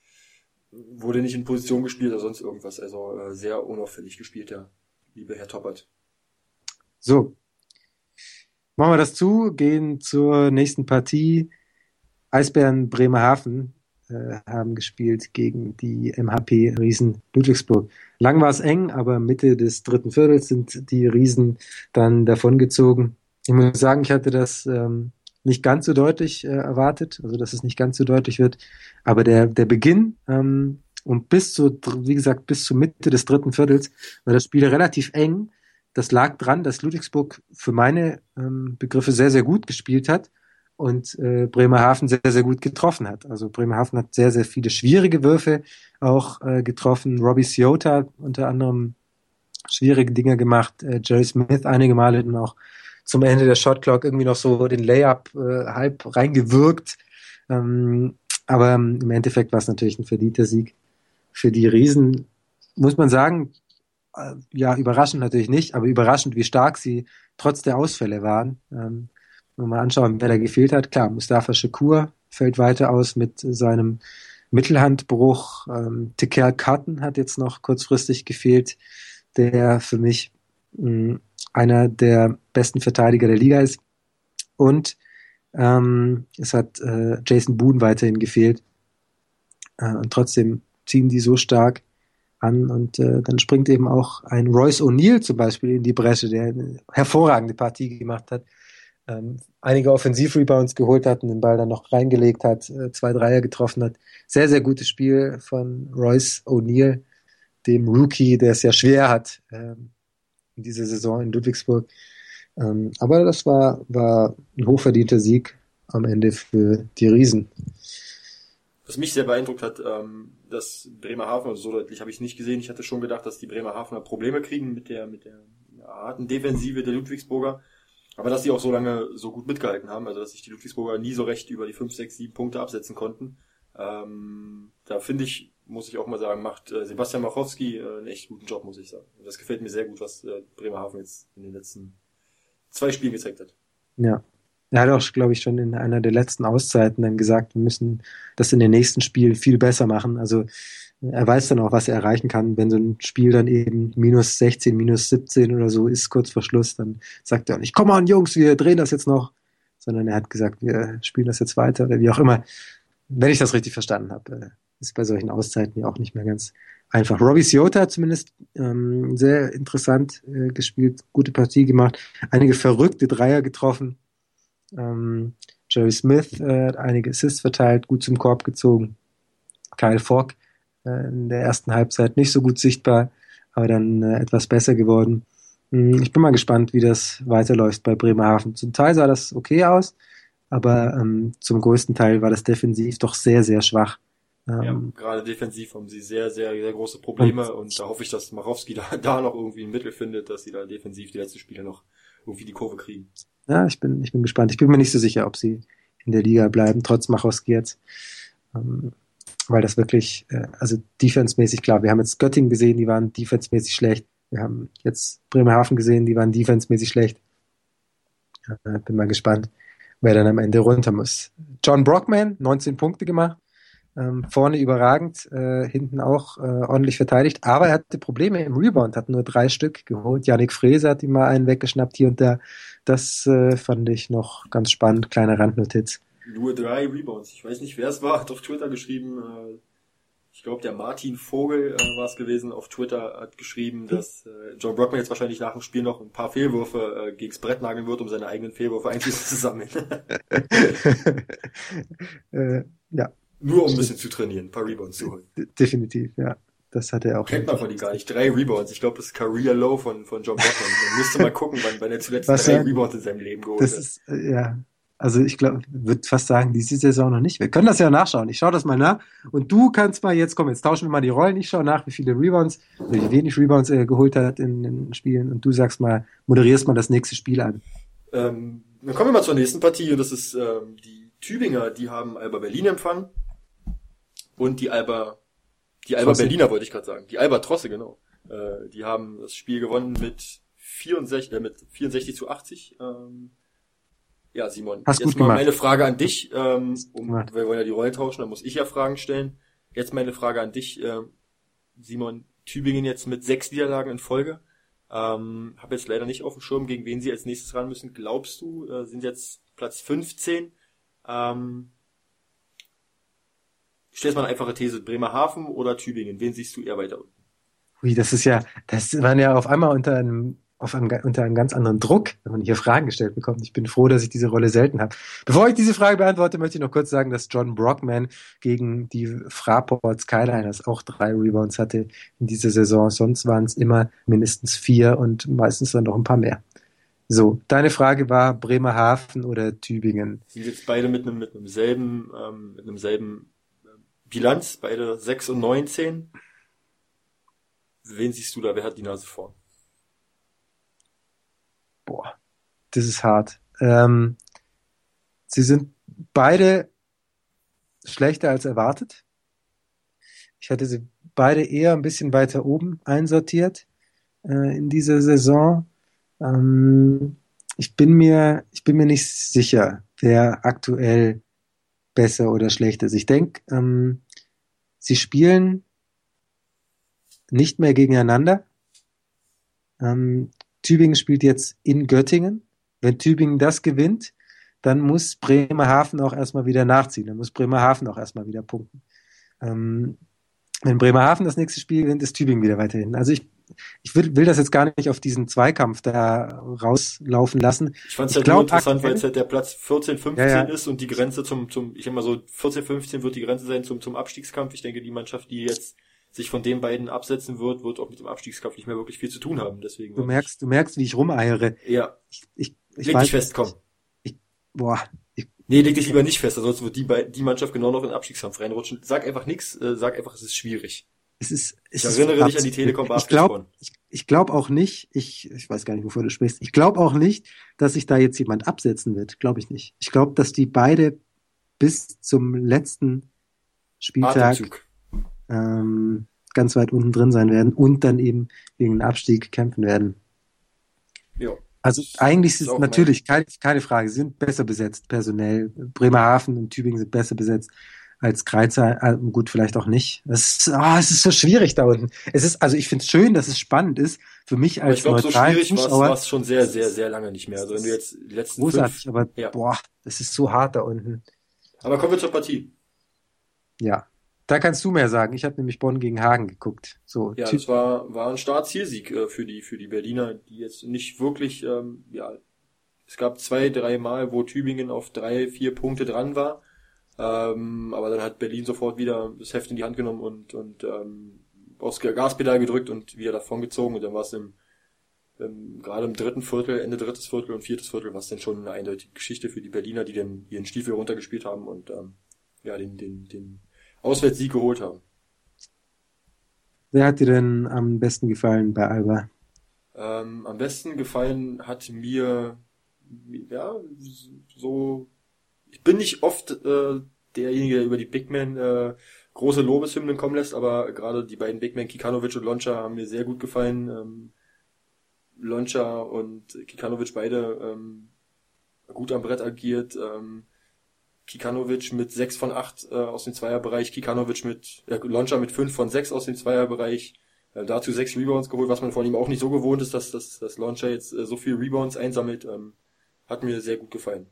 wurde nicht in Position gespielt oder sonst irgendwas. Also äh, sehr unauffällig gespielt, der liebe Herr Toppert. So. Machen wir das zu, gehen zur nächsten Partie. Eisbären Bremerhaven äh, haben gespielt gegen die M H P Riesen Ludwigsburg. Lang war es eng, aber Mitte des dritten Viertels sind die Riesen dann davongezogen. Ich muss sagen, ich hatte das ähm, nicht ganz so deutlich äh, erwartet, also dass es nicht ganz so deutlich wird. Aber der der Beginn ähm, und bis zu, wie gesagt, bis zur Mitte des dritten Viertels war das Spiel relativ eng. Das lag dran, dass Ludwigsburg für meine ähm, Begriffe sehr, sehr gut gespielt hat und äh, Bremerhaven sehr, sehr gut getroffen hat. Also Bremerhaven hat sehr, sehr viele schwierige Würfe auch äh, getroffen. Robbie Ciota unter anderem schwierige Dinge gemacht. Äh, Jerry Smith einige Male dann auch zum Ende der Shotclock irgendwie noch so den Layup äh, halb reingewirkt. Ähm, aber im Endeffekt war es natürlich ein verdienter Sieg für die Riesen. muss man sagen, äh, ja, überraschend natürlich nicht, aber überraschend, wie stark sie trotz der Ausfälle waren. Ähm, wenn wir mal anschauen, wer da gefehlt hat. Klar, Mustafa Shakur fällt weiter aus mit seinem Mittelhandbruch. Ähm, Tekel Cotton hat jetzt noch kurzfristig gefehlt, der für mich mh, einer der besten Verteidiger der Liga ist. Und ähm, es hat äh, Jason Boone weiterhin gefehlt. Äh, und trotzdem ziehen die so stark an und äh, dann springt eben auch ein Royce O'Neal zum Beispiel in die Bresche, der eine hervorragende Partie gemacht hat, ähm, einige Offensiv-Rebounds geholt hat und den Ball dann noch reingelegt hat, äh, zwei Dreier getroffen hat. Sehr, sehr gutes Spiel von Royce O'Neal, dem Rookie, der es ja schwer hat ähm, in dieser Saison in Ludwigsburg. Ähm, aber das war, war ein hochverdienter Sieg am Ende für die Riesen. Was mich sehr beeindruckt hat, ähm, dass Bremerhaven, also so deutlich habe ich nicht gesehen, ich hatte schon gedacht, dass die Bremerhavener Probleme kriegen mit der mit der harten Defensive der Ludwigsburger, aber dass sie auch so lange so gut mitgehalten haben, also dass sich die Ludwigsburger nie so recht über die fünf, sechs, sieben Punkte absetzen konnten. Ähm, da finde ich, muss ich auch mal sagen, macht äh, Sebastian Machowski äh, einen echt guten Job, muss ich sagen. Das gefällt mir sehr gut, was äh, Bremerhaven jetzt in den letzten zwei Spielen gezeigt hat. Ja. Er hat auch, glaube ich, schon in einer der letzten Auszeiten dann gesagt, wir müssen das in den nächsten Spielen viel besser machen. Also er weiß dann auch, was er erreichen kann. Wenn so ein Spiel dann eben minus sechzehn, minus siebzehn oder so ist, kurz vor Schluss, dann sagt er auch nicht, komm on Jungs, wir drehen das jetzt noch. Sondern er hat gesagt, wir spielen das jetzt weiter oder wie auch immer. Wenn ich das richtig verstanden habe, ist bei solchen Auszeiten ja auch nicht mehr ganz einfach. Robbie Ciota hat zumindest ähm, sehr interessant äh, gespielt, gute Partie gemacht, einige verrückte Dreier getroffen. Ähm, Jerry Smith äh, hat einige Assists verteilt, gut zum Korb gezogen. Kyle Fogg äh, in der ersten Halbzeit nicht so gut sichtbar, aber dann äh, etwas besser geworden. Hm, ich bin mal gespannt, wie das weiterläuft bei Bremerhaven. Zum Teil sah das okay aus, aber ähm, zum größten Teil war das defensiv doch sehr, sehr schwach. Ähm, ja, gerade defensiv haben sie sehr, sehr, sehr große Probleme und, und da hoffe ich, dass Machowski da, da noch irgendwie ein Mittel findet, dass sie da defensiv die letzten Spiele noch irgendwie die Kurve kriegen. Ja, ich bin, ich bin gespannt. Ich bin mir nicht so sicher, ob sie in der Liga bleiben, trotz Machowski jetzt. Ähm, weil das wirklich, äh, also defensemäßig, klar, wir haben jetzt Göttingen gesehen, die waren defensemäßig schlecht. Wir haben jetzt Bremerhaven gesehen, die waren defensemäßig schlecht. Äh, bin mal gespannt, wer dann am Ende runter muss. John Brockman, neunzehn Punkte gemacht. Ähm, vorne überragend, äh, hinten auch äh, ordentlich verteidigt, aber er hatte Probleme im Rebound, hat nur drei Stück geholt. Yannick Frese hat ihm mal einen weggeschnappt hier und da. Das äh, fand ich noch ganz spannend, kleine Randnotiz. Nur drei Rebounds. Ich weiß nicht, wer es war, hat auf Twitter geschrieben, äh, ich glaube der Martin Vogel äh, war es gewesen, auf Twitter hat geschrieben, dass äh, John Brockman jetzt wahrscheinlich nach dem Spiel noch ein paar Fehlwürfe äh, gegens Brett nageln wird, um seine eigenen Fehlwürfe einzusammeln. äh, ja. Nur um ein bisschen zu trainieren, ein paar Rebounds zu holen. Definitiv, ja. Das hat er auch. Kennt man von ihm gar nicht. Drei Rebounds. Ich glaube, das ist Career Low von, von John Brockman. Man müsste mal gucken, wann, wann er zuletzt Was drei sagen? Rebounds in seinem Leben geholt das hat. Ist, äh, ja. Also ich glaube, würde fast sagen, diese Saison noch nicht. Wir können das ja nachschauen. Ich schaue das mal nach. Und du kannst mal jetzt, komm, jetzt tauschen wir mal die Rollen. Ich schaue nach, wie viele Rebounds, wie wenig Rebounds er geholt hat in den Spielen. Und du sagst mal, moderierst mal das nächste Spiel an. Ähm, dann kommen wir mal zur nächsten Partie. Und das ist ähm, die Tübinger. Die haben Alba Berlin empfangen. Und die Alba, die Alba Trosse. Berliner wollte ich gerade sagen. Die Alba Trosse, genau. Äh, die haben das Spiel gewonnen mit vierundsechzig, äh, mit vierundsechzig zu achtzig. Ähm, ja, Simon, Hast jetzt gut mal gemacht. meine Frage an dich. Ähm, um, Gemacht. wir wollen ja die Rollen tauschen, dann muss ich ja Fragen stellen. Jetzt meine Frage an dich, äh, Simon. Tübingen jetzt mit sechs Niederlagen in Folge. Ähm, habe jetzt leider nicht auf dem Schirm, gegen wen sie als nächstes ran müssen. Glaubst du, äh, sind jetzt Platz fünfzehn? Ähm, Stellst mal eine einfache These, Bremerhaven oder Tübingen? Wen siehst du eher weiter unten? Ui, das ist ja, das waren ja auf einmal unter einem, auf einem, unter einem ganz anderen Druck, wenn man hier Fragen gestellt bekommt. Ich bin froh, dass ich diese Rolle selten habe. Bevor ich diese Frage beantworte, möchte ich noch kurz sagen, dass John Brockman gegen die Fraport Skyliners auch drei Rebounds hatte in dieser Saison. Sonst waren es immer mindestens vier und meistens dann noch ein paar mehr. So, deine Frage war Bremerhaven oder Tübingen? Sind jetzt beide mit einem, mit einem selben, ähm, mit einem selben Bilanz, beide sechs und neunzehn. Wen siehst du da? Wer hat die Nase vorn? Boah, das ist hart. Ähm, sie sind beide schlechter als erwartet. Ich hatte sie beide eher ein bisschen weiter oben einsortiert äh, in dieser Saison. Ähm, ich bin mir, ich bin mir nicht sicher, wer aktuell besser oder schlechter ist. Ich denke, ähm, sie spielen nicht mehr gegeneinander. Ähm, Tübingen spielt jetzt in Göttingen. Wenn Tübingen das gewinnt, dann muss Bremerhaven auch erstmal wieder nachziehen. Dann muss Bremerhaven auch erstmal wieder punkten. Ähm, wenn Bremerhaven das nächste Spiel gewinnt, ist Tübingen wieder weiterhin. Also ich, ich will, will das jetzt gar nicht auf diesen Zweikampf da rauslaufen lassen. Ich fand es Ich halt nur glaube interessant, weil aktuell, es halt der Platz vierzehn, ja, fünfzehn ja, ist und die Grenze zum, zum, ich sag mal so, vierzehn, fünfzehn wird die Grenze sein zum, zum Abstiegskampf. Ich denke, die Mannschaft, die jetzt sich von den beiden absetzen wird, wird auch mit dem Abstiegskampf nicht mehr wirklich viel zu tun haben. Deswegen du war ich, merkst, du merkst, wie ich rumeiere. ja, Ich, ich, ich leg dich weiß, fest, komm. ich, boah, ich, Nee, leg dich lieber nicht fest, ansonsten wird die, bei- die Mannschaft genau noch in den Abstiegskampf reinrutschen. Sag einfach nix, äh, sag einfach, es ist schwierig. es ist, Ich es ist erinnere dich an die absolut. Telekom Ich glaube, Basketball. ich, ich glaube auch nicht, ich, ich weiß gar nicht, wovon du sprichst. Ich glaube auch nicht, dass sich da jetzt jemand absetzen wird. Glaube ich nicht. Ich glaube, dass die beide bis zum letzten Spieltag Atemzug. ähm, ganz weit unten drin sein werden und dann eben gegen den Abstieg kämpfen werden. Ja. Also Das eigentlich ist ist es auch mein, natürlich keine, keine Frage. Sie sind besser besetzt personell. Bremerhaven und Tübingen sind besser besetzt als Kreuzheim. Äh, gut, vielleicht auch nicht. Es ist, ah, es ist so schwierig da unten. Es ist, also ich finde es schön, dass es spannend ist. Für mich aber ich als glaube, so neutralen schwierig war es Zuschauer war es schon sehr, ist sehr, es, sehr lange nicht mehr. ist Also wenn du es jetzt die letzten fünf, großartig, aber ja. boah, das ist so hart da unten. Aber kommen wir zur Partie. Ja. Da kannst du mehr sagen. Ich habe nämlich Bonn gegen Hagen geguckt. So, Ja, Typ. das war war ein Startzielsieg äh, für die für die Berliner, die jetzt nicht wirklich, ähm, ja, es gab zwei, drei Mal, wo Tübingen auf drei, vier Punkte dran war, ähm, aber dann hat Berlin sofort wieder das Heft in die Hand genommen und und ähm, aufs Gaspedal gedrückt und wieder davongezogen und dann war es im, im gerade im dritten Viertel, Ende drittes Viertel und viertes Viertel, war es dann schon eine eindeutige Geschichte für die Berliner, die dann ihren Stiefel runtergespielt haben und ähm, ja den den den Auswärtssieg geholt haben. Wer hat dir denn am besten gefallen bei Alba? Ähm, am besten gefallen hat mir, ja, so, ich bin nicht oft äh, derjenige, der über die Big Men äh, große Lobeshymnen kommen lässt, aber gerade die beiden Big Men, Kikanovic und Loncha, haben mir sehr gut gefallen. Ähm, Loncha und Kikanovic beide ähm, gut am Brett agiert. Ähm, Kikanovic mit sechs von acht äh, aus dem Zweierbereich, Kikanovic mit, äh, Loncha mit fünf von sechs aus dem Zweierbereich. Äh, dazu sechs Rebounds geholt, was man von ihm auch nicht so gewohnt ist, dass, dass, dass Loncha jetzt äh, so viel Rebounds einsammelt. Ähm, hat mir sehr gut gefallen.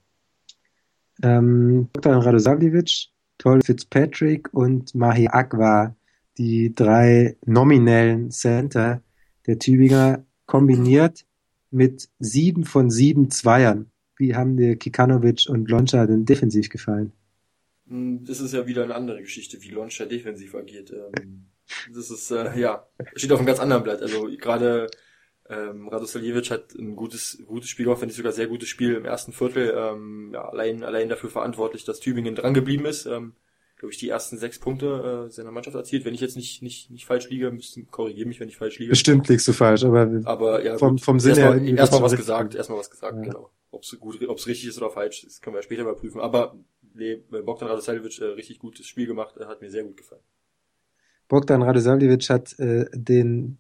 Ähm, Bogdan Radosavljevic, Toll Fitzpatrick und Mahi Agwa, die drei nominellen Center der Tübinger, kombiniert mit sieben von sieben Zweiern. Wie haben dir Kikanovic und Loncha denn defensiv gefallen? Hm, Das ist ja wieder eine andere Geschichte, wie Loncha defensiv agiert. Ähm, das ist, äh, ja, steht auf einem ganz anderen Blatt. Also gerade ähm, Radosavljevic hat ein gutes, gutes Spiel gemacht, wenn nicht sogar sehr gutes Spiel im ersten Viertel. Ähm, ja, allein, allein dafür verantwortlich, dass Tübingen dran geblieben ist. Ähm, glaube ich, die ersten sechs Punkte äh, seiner Mannschaft erzielt. Wenn ich jetzt nicht nicht nicht falsch liege, müssten korrigiere mich, wenn ich falsch liege. Bestimmt liegst du falsch, aber Aber ja, vom, gut. vom Sinn her Erstmal irgendwie erstmal schon was richtig. gesagt, erstmal was gesagt, Ja. genau. Ob es gut, ob es richtig ist oder falsch, das können wir später mal prüfen. Aber nee, Bogdan Radosavljevic äh, richtig gutes Spiel gemacht, äh, hat mir sehr gut gefallen. Bogdan Radosavljevic hat äh, den,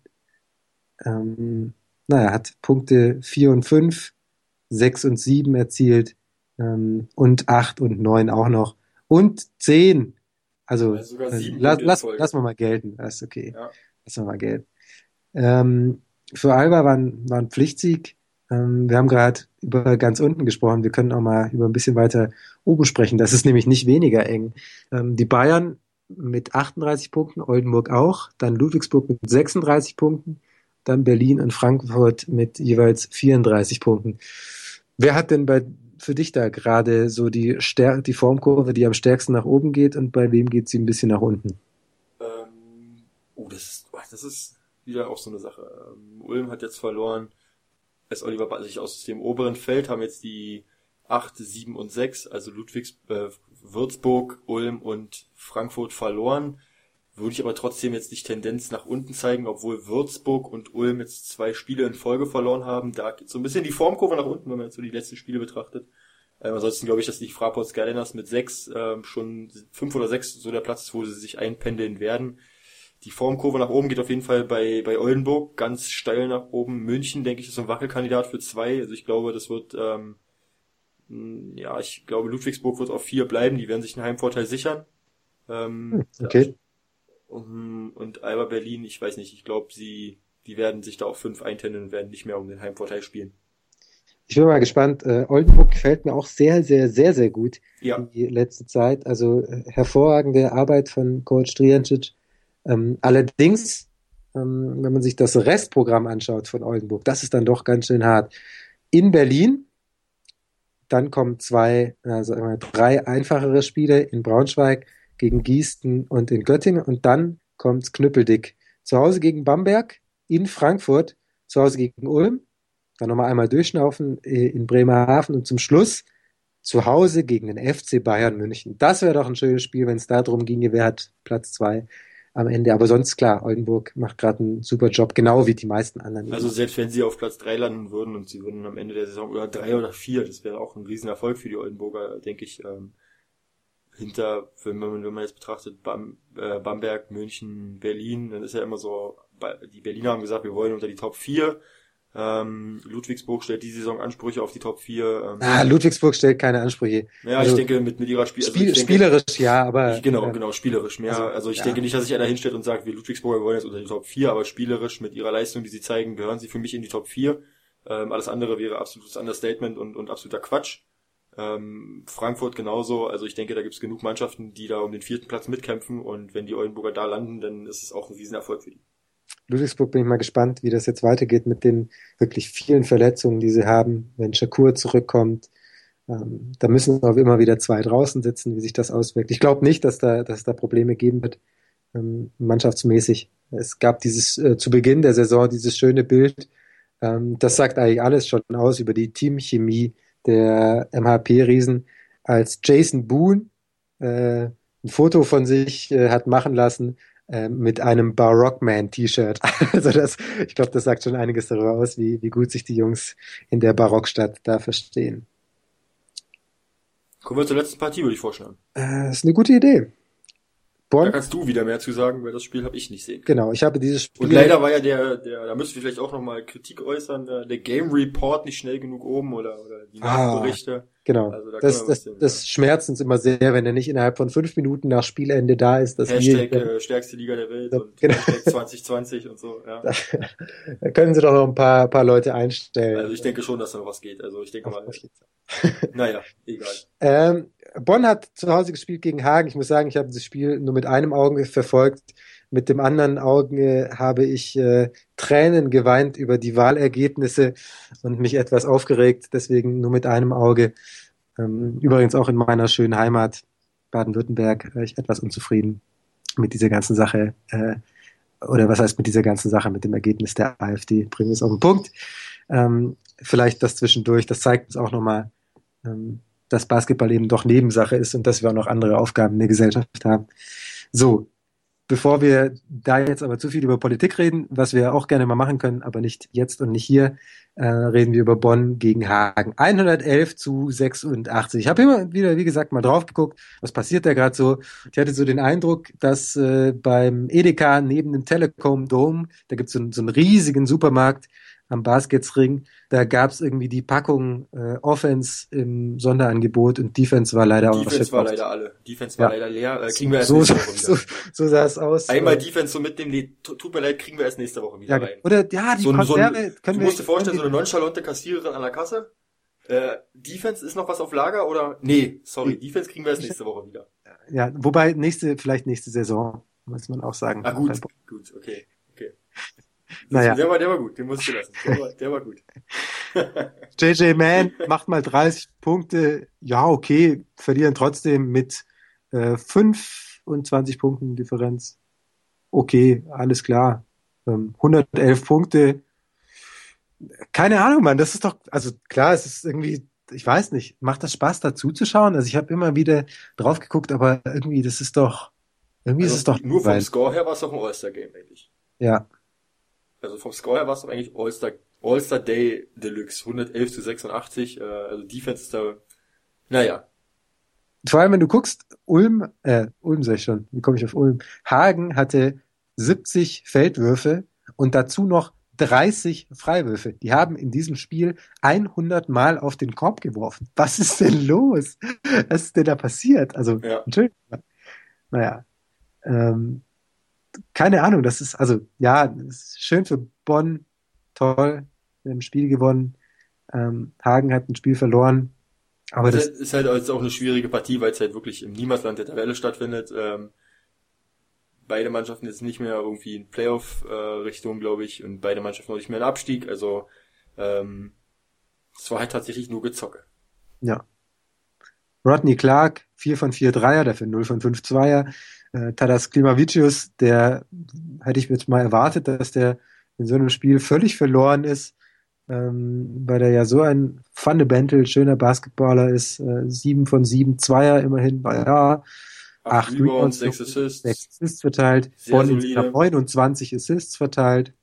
ähm, naja, hat Punkte vier und fünf, sechs und sieben erzielt ähm, und acht und neun auch noch und zehn. Also Also sogar äh, sieben lass, Punkte in lass, Folge. lass mal mal gelten, das ist okay. Ja. Lass mal mal gelten. Ähm, für Alba war ein, war ein Pflichtsieg. Ähm, wir haben gerade über ganz unten gesprochen. Wir können auch mal über ein bisschen weiter oben sprechen. Das ist nämlich nicht weniger eng. Ähm, die Bayern mit achtunddreißig Punkten, Oldenburg auch, dann Ludwigsburg mit sechsunddreißig Punkten, dann Berlin und Frankfurt mit jeweils vierunddreißig Punkten. Wer hat denn bei für dich da gerade so die Stär die Formkurve, die am stärksten nach oben geht und bei wem geht sie ein bisschen nach unten? Ähm, oh, das ist, oh, das ist wieder auch so eine Sache. Ähm, Ulm hat jetzt verloren. S. Oliver Ball sich aus dem oberen Feld haben jetzt die acht, sieben und sechs, also Ludwigs, äh, Würzburg, Ulm und Frankfurt verloren. Würde ich aber trotzdem jetzt nicht Tendenz nach unten zeigen, obwohl Würzburg und Ulm jetzt zwei Spiele in Folge verloren haben. Da geht so ein bisschen die Formkurve nach unten, wenn man jetzt so die letzten Spiele betrachtet. Ähm, ansonsten glaube ich, dass die Fraport Skyliners mit sechs ähm, schon fünf oder sechs so der Platz ist, wo sie sich einpendeln werden. die Formkurve nach oben geht auf jeden Fall bei bei Oldenburg ganz steil nach oben. München, denke ich, ist so ein Wackelkandidat für zwei. Also ich glaube, das wird, ähm, ja, ich glaube, Ludwigsburg wird auf vier bleiben. Die werden sich einen Heimvorteil sichern. Ähm, Okay. und, und Alba Berlin, ich weiß nicht, ich glaube, sie, die werden sich da auf fünf eintendeln und werden nicht mehr um den Heimvorteil spielen. Ich bin mal gespannt. Äh, Oldenburg gefällt mir auch sehr, sehr, sehr, sehr gut Ja, die letzte Zeit. Also äh, hervorragende Arbeit von Coach Trijancic. Ähm, allerdings, ähm, wenn man sich das Restprogramm anschaut von Oldenburg, das ist dann doch ganz schön hart. In Berlin, dann kommen zwei, also immer drei einfachere Spiele in Braunschweig gegen Gießen und in Göttingen und dann kommt's knüppeldick. Zu Hause gegen Bamberg, in Frankfurt, zu Hause gegen Ulm, dann nochmal einmal durchschnaufen äh, in Bremerhaven und zum Schluss zu Hause gegen den F C Bayern München. Das wäre doch ein schönes Spiel, wenn es darum ginge, wer hat Platz zwei am Ende. Aber sonst klar, Oldenburg macht gerade einen super Job, genau wie die meisten anderen. also selbst wenn sie auf Platz drei landen würden und sie würden am Ende der Saison oder drei oder vier, das wäre auch ein Riesenerfolg für die Oldenburger, denke ich. Ähm, hinter, wenn man, wenn man jetzt betrachtet, Bam, äh, Bamberg, München, Berlin, dann ist ja immer so, die Berliner haben gesagt, wir wollen unter die Top vier. Ähm, Ludwigsburg stellt die Saison Ansprüche auf die Top vier. Ähm, Ah, Ludwigsburg stellt keine Ansprüche. ja, Also, ich denke, mit, mit ihrer Spiel, also Spiel, ich denke, spielerisch ja, aber ich, genau, äh, genau, spielerisch mehr. also, Also, ich ja. denke nicht, dass sich einer hinstellt und sagt, wir Ludwigsburger wollen jetzt unter die Top vier, aber spielerisch mit ihrer Leistung, die sie zeigen, gehören sie für mich in die Top vier. Ähm, alles andere wäre absolutes Understatement und, und absoluter Quatsch. Ähm, Frankfurt genauso, also ich denke, da gibt es genug Mannschaften, die da um den vierten Platz mitkämpfen und wenn die Oldenburger da landen, dann ist es auch ein Riesenerfolg für die. Ludwigsburg bin ich mal gespannt, wie das jetzt weitergeht mit den wirklich vielen Verletzungen, die sie haben, wenn Shakur zurückkommt. Ähm, da müssen auch immer wieder zwei draußen sitzen, wie sich das auswirkt. Ich glaube nicht, dass da, dass da Probleme geben wird, ähm, mannschaftsmäßig. Es gab dieses äh, zu Beginn der Saison dieses schöne Bild. Ähm, das sagt eigentlich alles schon aus über die Teamchemie der M H P-Riesen, als Jason Boone äh, ein Foto von sich äh, hat machen lassen äh, mit einem Barockman-T-Shirt. Also das, ich glaube, das sagt schon einiges darüber aus, wie, wie gut sich die Jungs in der Barockstadt da verstehen. Kommen wir zur letzten Partie, würde ich vorschlagen. Äh, ist eine gute Idee. Da Bonn, kannst du wieder mehr zu sagen, weil das Spiel habe ich nicht sehen können. genau, ich habe dieses Spiel. Und leider war ja der, der, da müssen wir vielleicht auch nochmal Kritik äußern, der, der Game Report nicht schnell genug oben oder, oder die Nachberichte. Ah, genau. Also da das können wir das, bisschen, das schmerzt uns immer sehr, wenn er nicht innerhalb von fünf Minuten nach Spielende da ist. Dass Hashtag wir, äh, stärkste Liga der Welt Ja, und genau. Hashtag zwanzig zwanzig und so. Ja. Da, da können sie doch noch ein paar, paar Leute einstellen. Also ich denke schon, dass da noch was geht. Also ich denke Auf, mal, auf jeden Fall. naja, egal. Ähm, Bonn hat zu Hause gespielt gegen Hagen. Ich muss sagen, ich habe das Spiel nur mit einem Auge verfolgt. Mit dem anderen Auge habe ich äh, Tränen geweint über die Wahlergebnisse und mich etwas aufgeregt. Deswegen nur mit einem Auge. Ähm, übrigens auch in meiner schönen Heimat Baden-Württemberg war ich etwas unzufrieden mit dieser ganzen Sache. Äh, oder was heißt mit dieser ganzen Sache, mit dem Ergebnis der AfD. Bringen wir es auf den Punkt. Ähm, vielleicht das zwischendurch. Das zeigt uns auch nochmal, ähm, dass Basketball eben doch Nebensache ist und dass wir auch noch andere Aufgaben in der Gesellschaft haben. So, bevor wir da jetzt aber zu viel über Politik reden, was wir auch gerne mal machen können, aber nicht jetzt und nicht hier, äh, reden wir über Bonn gegen Hagen. hundertelf zu sechsundachtzig. Ich habe immer wieder, wie gesagt, mal drauf geguckt, was passiert da gerade so. Ich hatte so den Eindruck, dass äh, beim Edeka neben dem Telekom Dome, da gibt es so, so einen riesigen Supermarkt am Basketsring, da gab es irgendwie die Packung äh, Offense im Sonderangebot und Defense war leider auch Defense war leider alle. Defense war Ja. leider leer. Äh, kriegen wir erst so, nächste Woche wieder. so, so sah es aus. Einmal Äh, Defense so mitnehmen, nee, tu- tut mir leid, kriegen wir erst nächste Woche wieder ja, rein. oder ja, die So ein, so Konserve ein, können du wir. musst dir vorstellen, so können eine nonchalante Kassiererin an der Kasse. Äh, Defense ist noch was auf Lager oder? Nee, sorry, Defense kriegen wir erst nächste Woche wieder. wir, ja, wobei nächste, vielleicht nächste Saison, muss man auch sagen. Ah gut, gut, okay, okay. Naja. Der war, der war gut, den musst du lassen. Der war, der war gut. J J Mann macht mal dreißig Punkte. Ja, okay, verlieren trotzdem mit äh, fünfundzwanzig Punkten Differenz. Okay, alles klar. Ähm, hundertelf Punkte. Keine Ahnung, Mann, das ist doch, also klar, es ist irgendwie, ich weiß nicht, macht das Spaß, da zuzuschauen? Also ich habe immer wieder drauf geguckt, aber irgendwie, das ist doch, irgendwie Also ist es doch nur vom weil, Score her war es doch ein All-Star-Game eigentlich. ja. Also vom Score her war es doch eigentlich All-Star, All-Star Day Deluxe. hundertelf zu sechsundachtzig, äh, also Defense ist da, naja. Vor allem, wenn du guckst, Ulm, äh, Ulm sag ich schon, wie komme ich auf Ulm? Hagen hatte siebzig Feldwürfe und dazu noch dreißig Freiwürfe. Die haben in diesem Spiel hundert Mal auf den Korb geworfen. Was ist denn los? Was ist denn da passiert? Also, Ja. Entschuldigung. Naja, ähm, keine Ahnung, das ist, also, ja, das ist schön für Bonn, toll, wir haben ein Spiel gewonnen, ähm, Hagen hat ein Spiel verloren, aber Es das, ist halt jetzt auch eine schwierige Partie, weil es halt wirklich im Niemandsland der Tabelle stattfindet. Ähm, beide Mannschaften jetzt nicht mehr irgendwie in Playoff-Richtung, glaube ich, und beide Mannschaften noch nicht mehr in Abstieg. Also ähm, es war halt tatsächlich nur Gezocke. ja, Rodney Clark, vier von vier Dreier, dafür null von fünf Zweier, äh, Tadas Klimavicius, der hätte ich jetzt mal erwartet, dass der in so einem Spiel völlig verloren ist, ähm, weil er ja so ein Fundamental, schöner Basketballer ist, äh, sieben von sieben Zweier immerhin, war ja, Acht acht Rebounds, Rebounds, sechs sechs Assists, Assists verteilt, sehr Bonn insgesamt solide. neunundzwanzig Assists verteilt.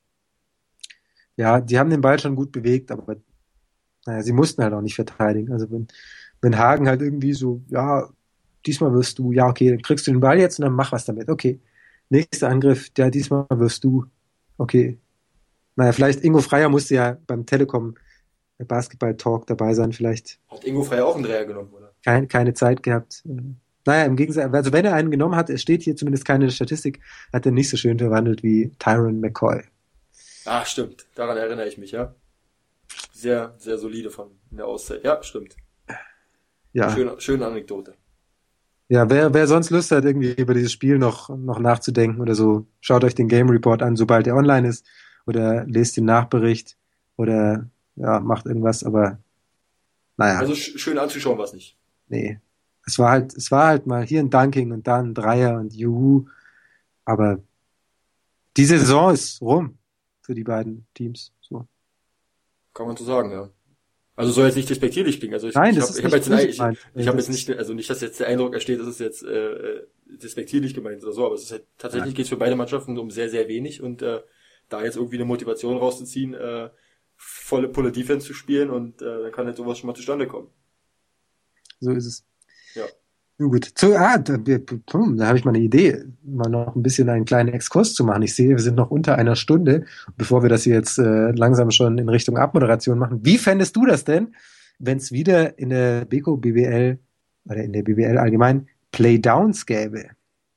Ja, die haben den Ball schon gut bewegt, aber naja, sie mussten halt auch nicht verteidigen. Also wenn, wenn Hagen halt irgendwie so, ja, diesmal wirst du, ja, okay, dann kriegst du den Ball jetzt und dann mach was damit. Okay. Nächster Angriff, ja, diesmal wirst du. Okay. Naja, vielleicht Ingo Freier musste ja beim Telekom Basketball Talk dabei sein, vielleicht Hat Ingo Frey auch einen Dreier genommen, oder? kein, keine Zeit gehabt. Naja, im Gegensatz, also wenn er einen genommen hat, es steht hier zumindest keine Statistik, hat er nicht so schön verwandelt wie Tyron McCoy. Ah, stimmt. Daran erinnere ich mich, ja. Sehr, sehr solide von der Auszeit. Ja, stimmt. Ja, Schöne, schöne Anekdote. ja, wer, wer sonst Lust hat, irgendwie über dieses Spiel noch, noch nachzudenken oder so, schaut euch den Game Report an, sobald er online ist, oder lest den Nachbericht oder ja, macht irgendwas, aber naja, Also sch schön anzuschauen war es nicht. nee. Es war halt, es war halt mal hier ein Dunking und da ein Dreier und Juhu, aber die Saison ist rum für die beiden Teams. So. Kann man so sagen, ja. Also soll jetzt nicht despektierlich klingen. Also ich, Nein, ich das habe ist ich hab nicht jetzt den, böse ich, gemeint. ich Äh, habe Das jetzt nicht, ist, also nicht, dass jetzt der Eindruck entsteht, dass es jetzt äh, äh, despektierlich gemeint oder so, aber es ist halt tatsächlich nein. geht es für beide Mannschaften um sehr, sehr wenig und äh, da jetzt irgendwie eine Motivation rauszuziehen, äh, volle Pulle Defense zu spielen und äh, dann kann halt sowas schon mal zustande kommen. So ist es. Ja. Nun gut. So, ah, da, wir- hm, da habe ich mal eine Idee, mal noch ein bisschen einen kleinen Exkurs zu machen. Ich sehe, wir sind noch unter einer Stunde, bevor wir das hier jetzt äh, langsam schon in Richtung Abmoderation machen. Wie fändest du das denn, wenn es wieder in der Beko B B L oder in der B B L allgemein Playdowns gäbe?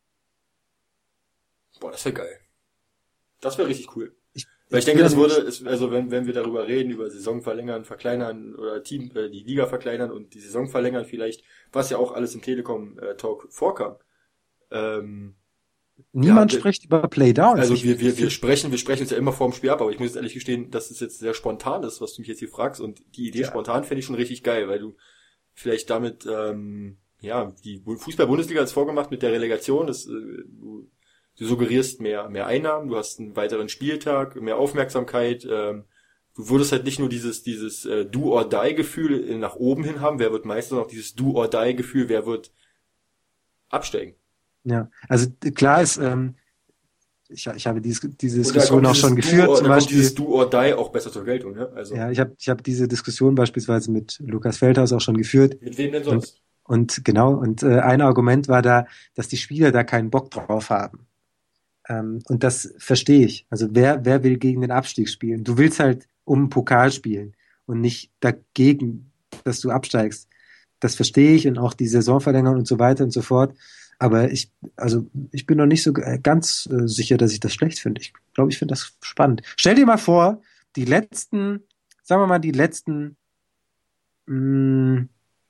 Boah, das wäre geil. Das wäre richtig cool. Ich, Weil ich ich denke, bin ja das würde, nämlich, es- also wenn, wenn wir darüber reden, über Saison verlängern, verkleinern oder Team, äh, die Liga verkleinern und die Saison verlängern vielleicht, was ja auch alles im Telekom-Talk vorkam. Ähm, ja, niemand wir, spricht über Playdowns. also Ich, wir, wir, ich wir finde, sprechen, wir sprechen uns ja immer vor dem Spiel ab, aber ich muss jetzt ehrlich gestehen, dass es jetzt sehr spontan ist, was du mich jetzt hier fragst und die Idee ja, spontan fände ich schon richtig geil, weil du vielleicht damit, ähm, ja, die Fußball-Bundesliga hat es vorgemacht mit der Relegation, das, äh, du, du suggerierst mehr, mehr Einnahmen, du hast einen weiteren Spieltag, mehr Aufmerksamkeit, ähm, du würdest halt nicht nur dieses, dieses äh, Do-or-Die-Gefühl nach oben hin haben, wer wird Meister, sondern auch dieses Do-or-Die-Gefühl, wer wird absteigen. ja. Also klar ist, ähm, ich, ich habe diese, diese Und da Diskussion kommt auch schon dieses Do, geführt, or, zum da kommt dieses Beispiel. Do or Die auch besser zur Geltung, ne? Also, Ja, ich habe ich hab diese Diskussion beispielsweise mit Lukas Feldhaus auch schon geführt. mit wem denn Und, sonst? und genau, und äh, ein Argument war da, dass die Spieler da keinen Bock drauf haben. Ähm, und das verstehe ich. Also wer, wer will gegen den Abstieg spielen? Du willst halt um einen Pokal spielen und nicht dagegen, dass du absteigst. Das verstehe ich und auch die Saisonverlängerung und so weiter und so fort. Aber ich, also ich bin noch nicht so äh, ganz äh, sicher, dass ich das schlecht finde. Ich glaube, ich finde das spannend. Stell dir mal vor, die letzten, sagen wir mal, die letzten, mh,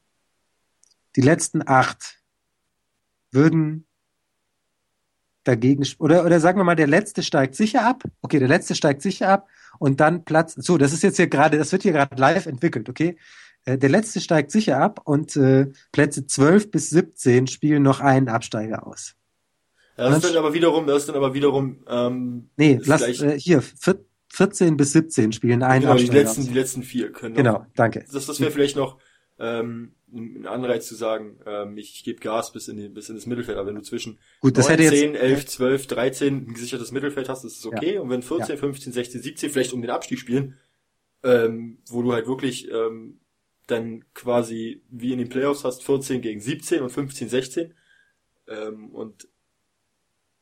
die letzten acht würden dagegen, sp- oder, oder sagen wir mal, der letzte steigt sicher ab. Okay, der letzte steigt sicher ab und dann Platz, so, das ist jetzt hier gerade, das wird hier gerade live entwickelt, okay? Äh, Der letzte steigt sicher ab und äh, Plätze zwölf bis siebzehn spielen noch einen Absteiger aus. Ja, Und das dann, ist dann sch- aber wiederum, das ist dann aber wiederum, ähm, nee, ist lass, gleich, äh, hier, vier- vierzehn bis siebzehn spielen einen genau, die Absteiger letzten, aus. die letzten vier können noch, Genau, danke. das, das wäre vielleicht noch, ähm, ein Anreiz zu sagen, ähm, ich, ich gebe Gas bis in die, bis in das Mittelfeld, aber wenn du zwischen Gut, das neun, hätte jetzt, zehn, elf, zwölf, dreizehn ein gesichertes Mittelfeld hast, ist es ja, okay, und wenn ja, vierzehn, fünfzehn, sechzehn, siebzehn vielleicht um den Abstieg spielen, ähm, wo du halt wirklich, ähm, dann quasi wie in den Playoffs hast, vierzehn gegen siebzehn und fünfzehn, sechzehn, ähm, und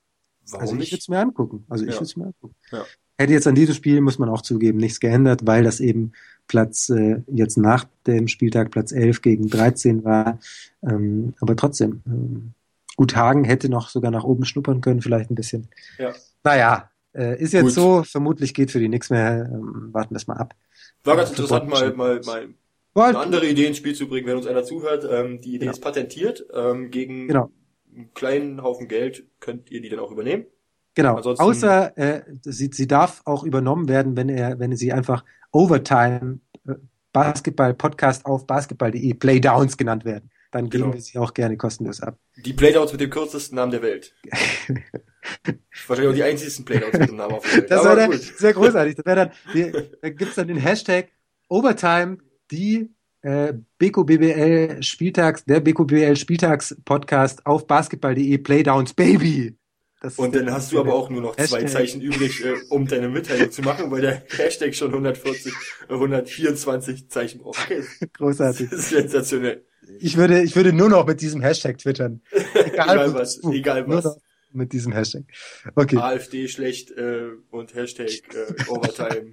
Warum also ich nicht? würde es mir angucken. Also ich Ja. würde es mir angucken. Ja. Hätte jetzt an diesem Spiel, muss man auch zugeben, nichts geändert, weil das eben Platz äh, jetzt nach dem Spieltag Platz elf gegen dreizehn war. Ähm, aber trotzdem, ähm, gut, Hagen hätte noch sogar nach oben schnuppern können, vielleicht ein bisschen. Ja. Naja, äh, ist jetzt Gut. so, vermutlich geht für die nichts mehr. Ähm, warten wir es mal ab. War ganz Äh, interessant, mal, mal, mal War eine halt- andere Idee ins Spiel zu bringen, wenn uns einer zuhört. Ähm, die Idee Genau. ist patentiert. Ähm, gegen Genau. einen kleinen Haufen Geld könnt ihr die dann auch übernehmen. Genau, Ansonsten- außer äh, sie, sie darf auch übernommen werden, wenn er, wenn sie einfach Overtime äh, Basketball Podcast auf basketball punkt de Playdowns genannt werden. Dann geben Genau. wir sie auch gerne kostenlos ab. Die Playdowns mit dem kürzesten Namen der Welt. Wahrscheinlich auch die einzigsten Playdowns mit dem Namen auf der Welt. Das Aber wäre gut. sehr großartig. Das wäre dann, die, da gibt's dann den Hashtag Overtime, die äh, B Q B B L Spieltags, der B Q B B L Spieltags Podcast auf basketball punkt de Playdowns Baby. Das Und ist dann hast du aber auch nur noch zwei Hashtag. Zeichen übrig, äh, um deine Mitteilung zu machen, weil der Hashtag schon hundertvierzig, äh, hundertvierundzwanzig Zeichen braucht. Okay, großartig. das ist sensationell. Ich würde, ich würde nur noch mit diesem Hashtag twittern. Egal wo- was, wo, egal nur was. noch mit diesem Hashtag. Okay. AfD schlecht äh, und Hashtag äh, Overtime.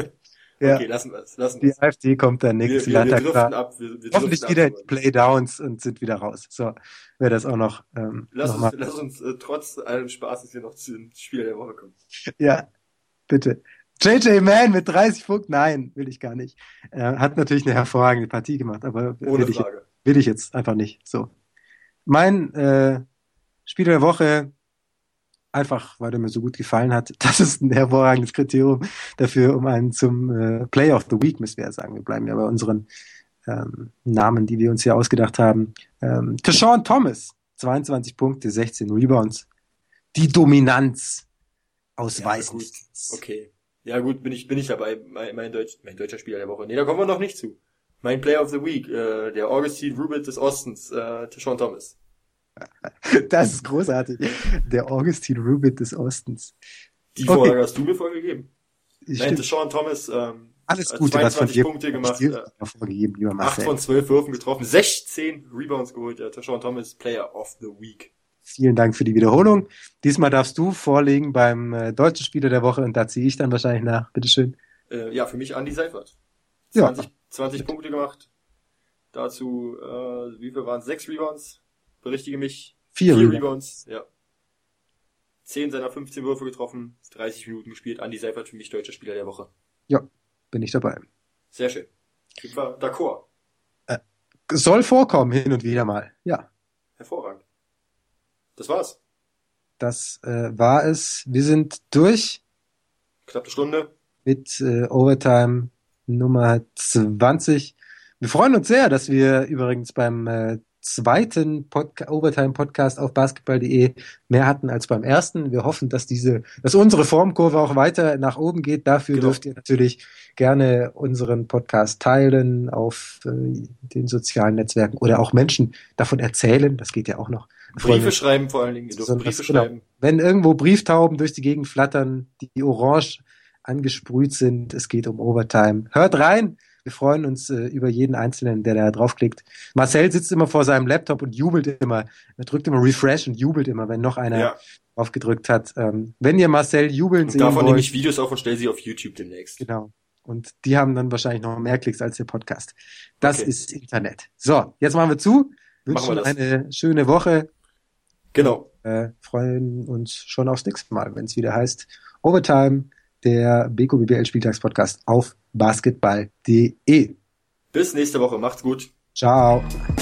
Ja. Okay, lassen wir es. Lassen Die wir es. AfD kommt dann Wir, nächsten wir, wir Landtag. driften ab. Wir, wir Hoffentlich driften wieder ab. in die Playdowns und sind wieder raus. So, wäre das auch noch, ähm, Lass noch uns, mal. lass uns äh, trotz allem Spaß, dass wir noch zum Spieler der Woche kommen. Ja, bitte. J J Mann mit dreißig Punkten, nein, will ich gar nicht. Er hat natürlich eine hervorragende Partie gemacht, aber Ohne will ich, Frage. will ich jetzt einfach nicht. So. Mein äh, Spieler der Woche, einfach weil er mir so gut gefallen hat, das ist ein hervorragendes Kriterium dafür, um einen zum äh, Player of the Week, müssen wir ja sagen. Wir bleiben ja bei unseren ähm, Namen, die wir uns hier ausgedacht haben. Ähm, Tashawn Thomas, zweiundzwanzig Punkte, sechzehn Rebounds. Die Dominanz aus Ja, Weißen. gut. Okay. Ja gut, bin ich bin ich dabei. Mein, mein, Deutsch, mein deutscher Spieler der Woche. Nee, da kommen wir noch nicht zu. Mein Player of the Week, äh, der Augustine Rubit des Ostens, äh, Tashawn Thomas. Das ist großartig. Der Augustine Rubit des Ostens. Die Okay. Vorlage hast du mir vorgegeben. Nein, Stimmt. Tashawn Thomas, ähm, Alles äh, Gute, was von zweiundzwanzig dir Punkte gemacht, dir äh, vorgegeben, lieber acht Marcel. von zwölf Würfen getroffen, sechzehn Rebounds geholt, äh, Tashawn Thomas, Player of the Week. Vielen Dank für die Wiederholung. Diesmal darfst du vorlegen beim äh, deutschen Spieler der Woche und da ziehe ich dann wahrscheinlich nach. Bitteschön. Äh, ja, für mich Andy Seifert. Ja. zwanzig, zwanzig Punkte gemacht. Dazu, äh, wie viel waren es? Sechs Rebounds? Berichtige mich. Vier, Vier Rebounds. Rebounds, ja. Zehn seiner fünfzehn Würfe getroffen, dreißig Minuten gespielt. Andy Seifert für mich deutscher Spieler der Woche. Ja, bin ich dabei. Sehr schön. Sind wir d'accord. Soll vorkommen, hin und wieder mal. Ja, Hervorragend. Das war's. das äh, war es. Wir sind durch Knappe Stunde. mit äh, Overtime Nummer zwanzig. Wir freuen uns sehr, dass wir übrigens beim äh, zweiten Podca- Overtime-Podcast auf basketball punkt de mehr hatten als beim ersten. Wir hoffen, dass diese, dass unsere Formkurve auch weiter nach oben geht. Dafür Genau. dürft ihr natürlich gerne unseren Podcast teilen auf äh, den sozialen Netzwerken oder auch Menschen davon erzählen. Das geht ja auch noch. Wir freuen Briefe uns schreiben vor allen Dingen. Ihr dürft besonders, Briefe genau. schreiben. Wenn irgendwo Brieftauben durch die Gegend flattern, die orange angesprüht sind, es geht um Overtime. Hört rein! Wir freuen uns äh, über jeden Einzelnen, der da draufklickt. Marcel sitzt immer vor seinem Laptop und jubelt immer. Er drückt immer Refresh und jubelt immer, wenn noch einer Ja. draufgedrückt hat. Ähm, wenn ihr Marcel jubeln Und sehen davon nehme wollt, ich Videos auf und stelle sie auf YouTube demnächst. genau. Und die haben dann wahrscheinlich noch mehr Klicks als der Podcast. Das Okay. ist Internet. So, jetzt machen wir zu. Machen Wünschen wir das. eine schöne Woche. Genau. Äh, freuen uns schon aufs nächste Mal, wenn es wieder heißt Overtime, der B Q B B L Spieltagspodcast auf basketball punkt de. Bis nächste Woche. Macht's gut. Ciao.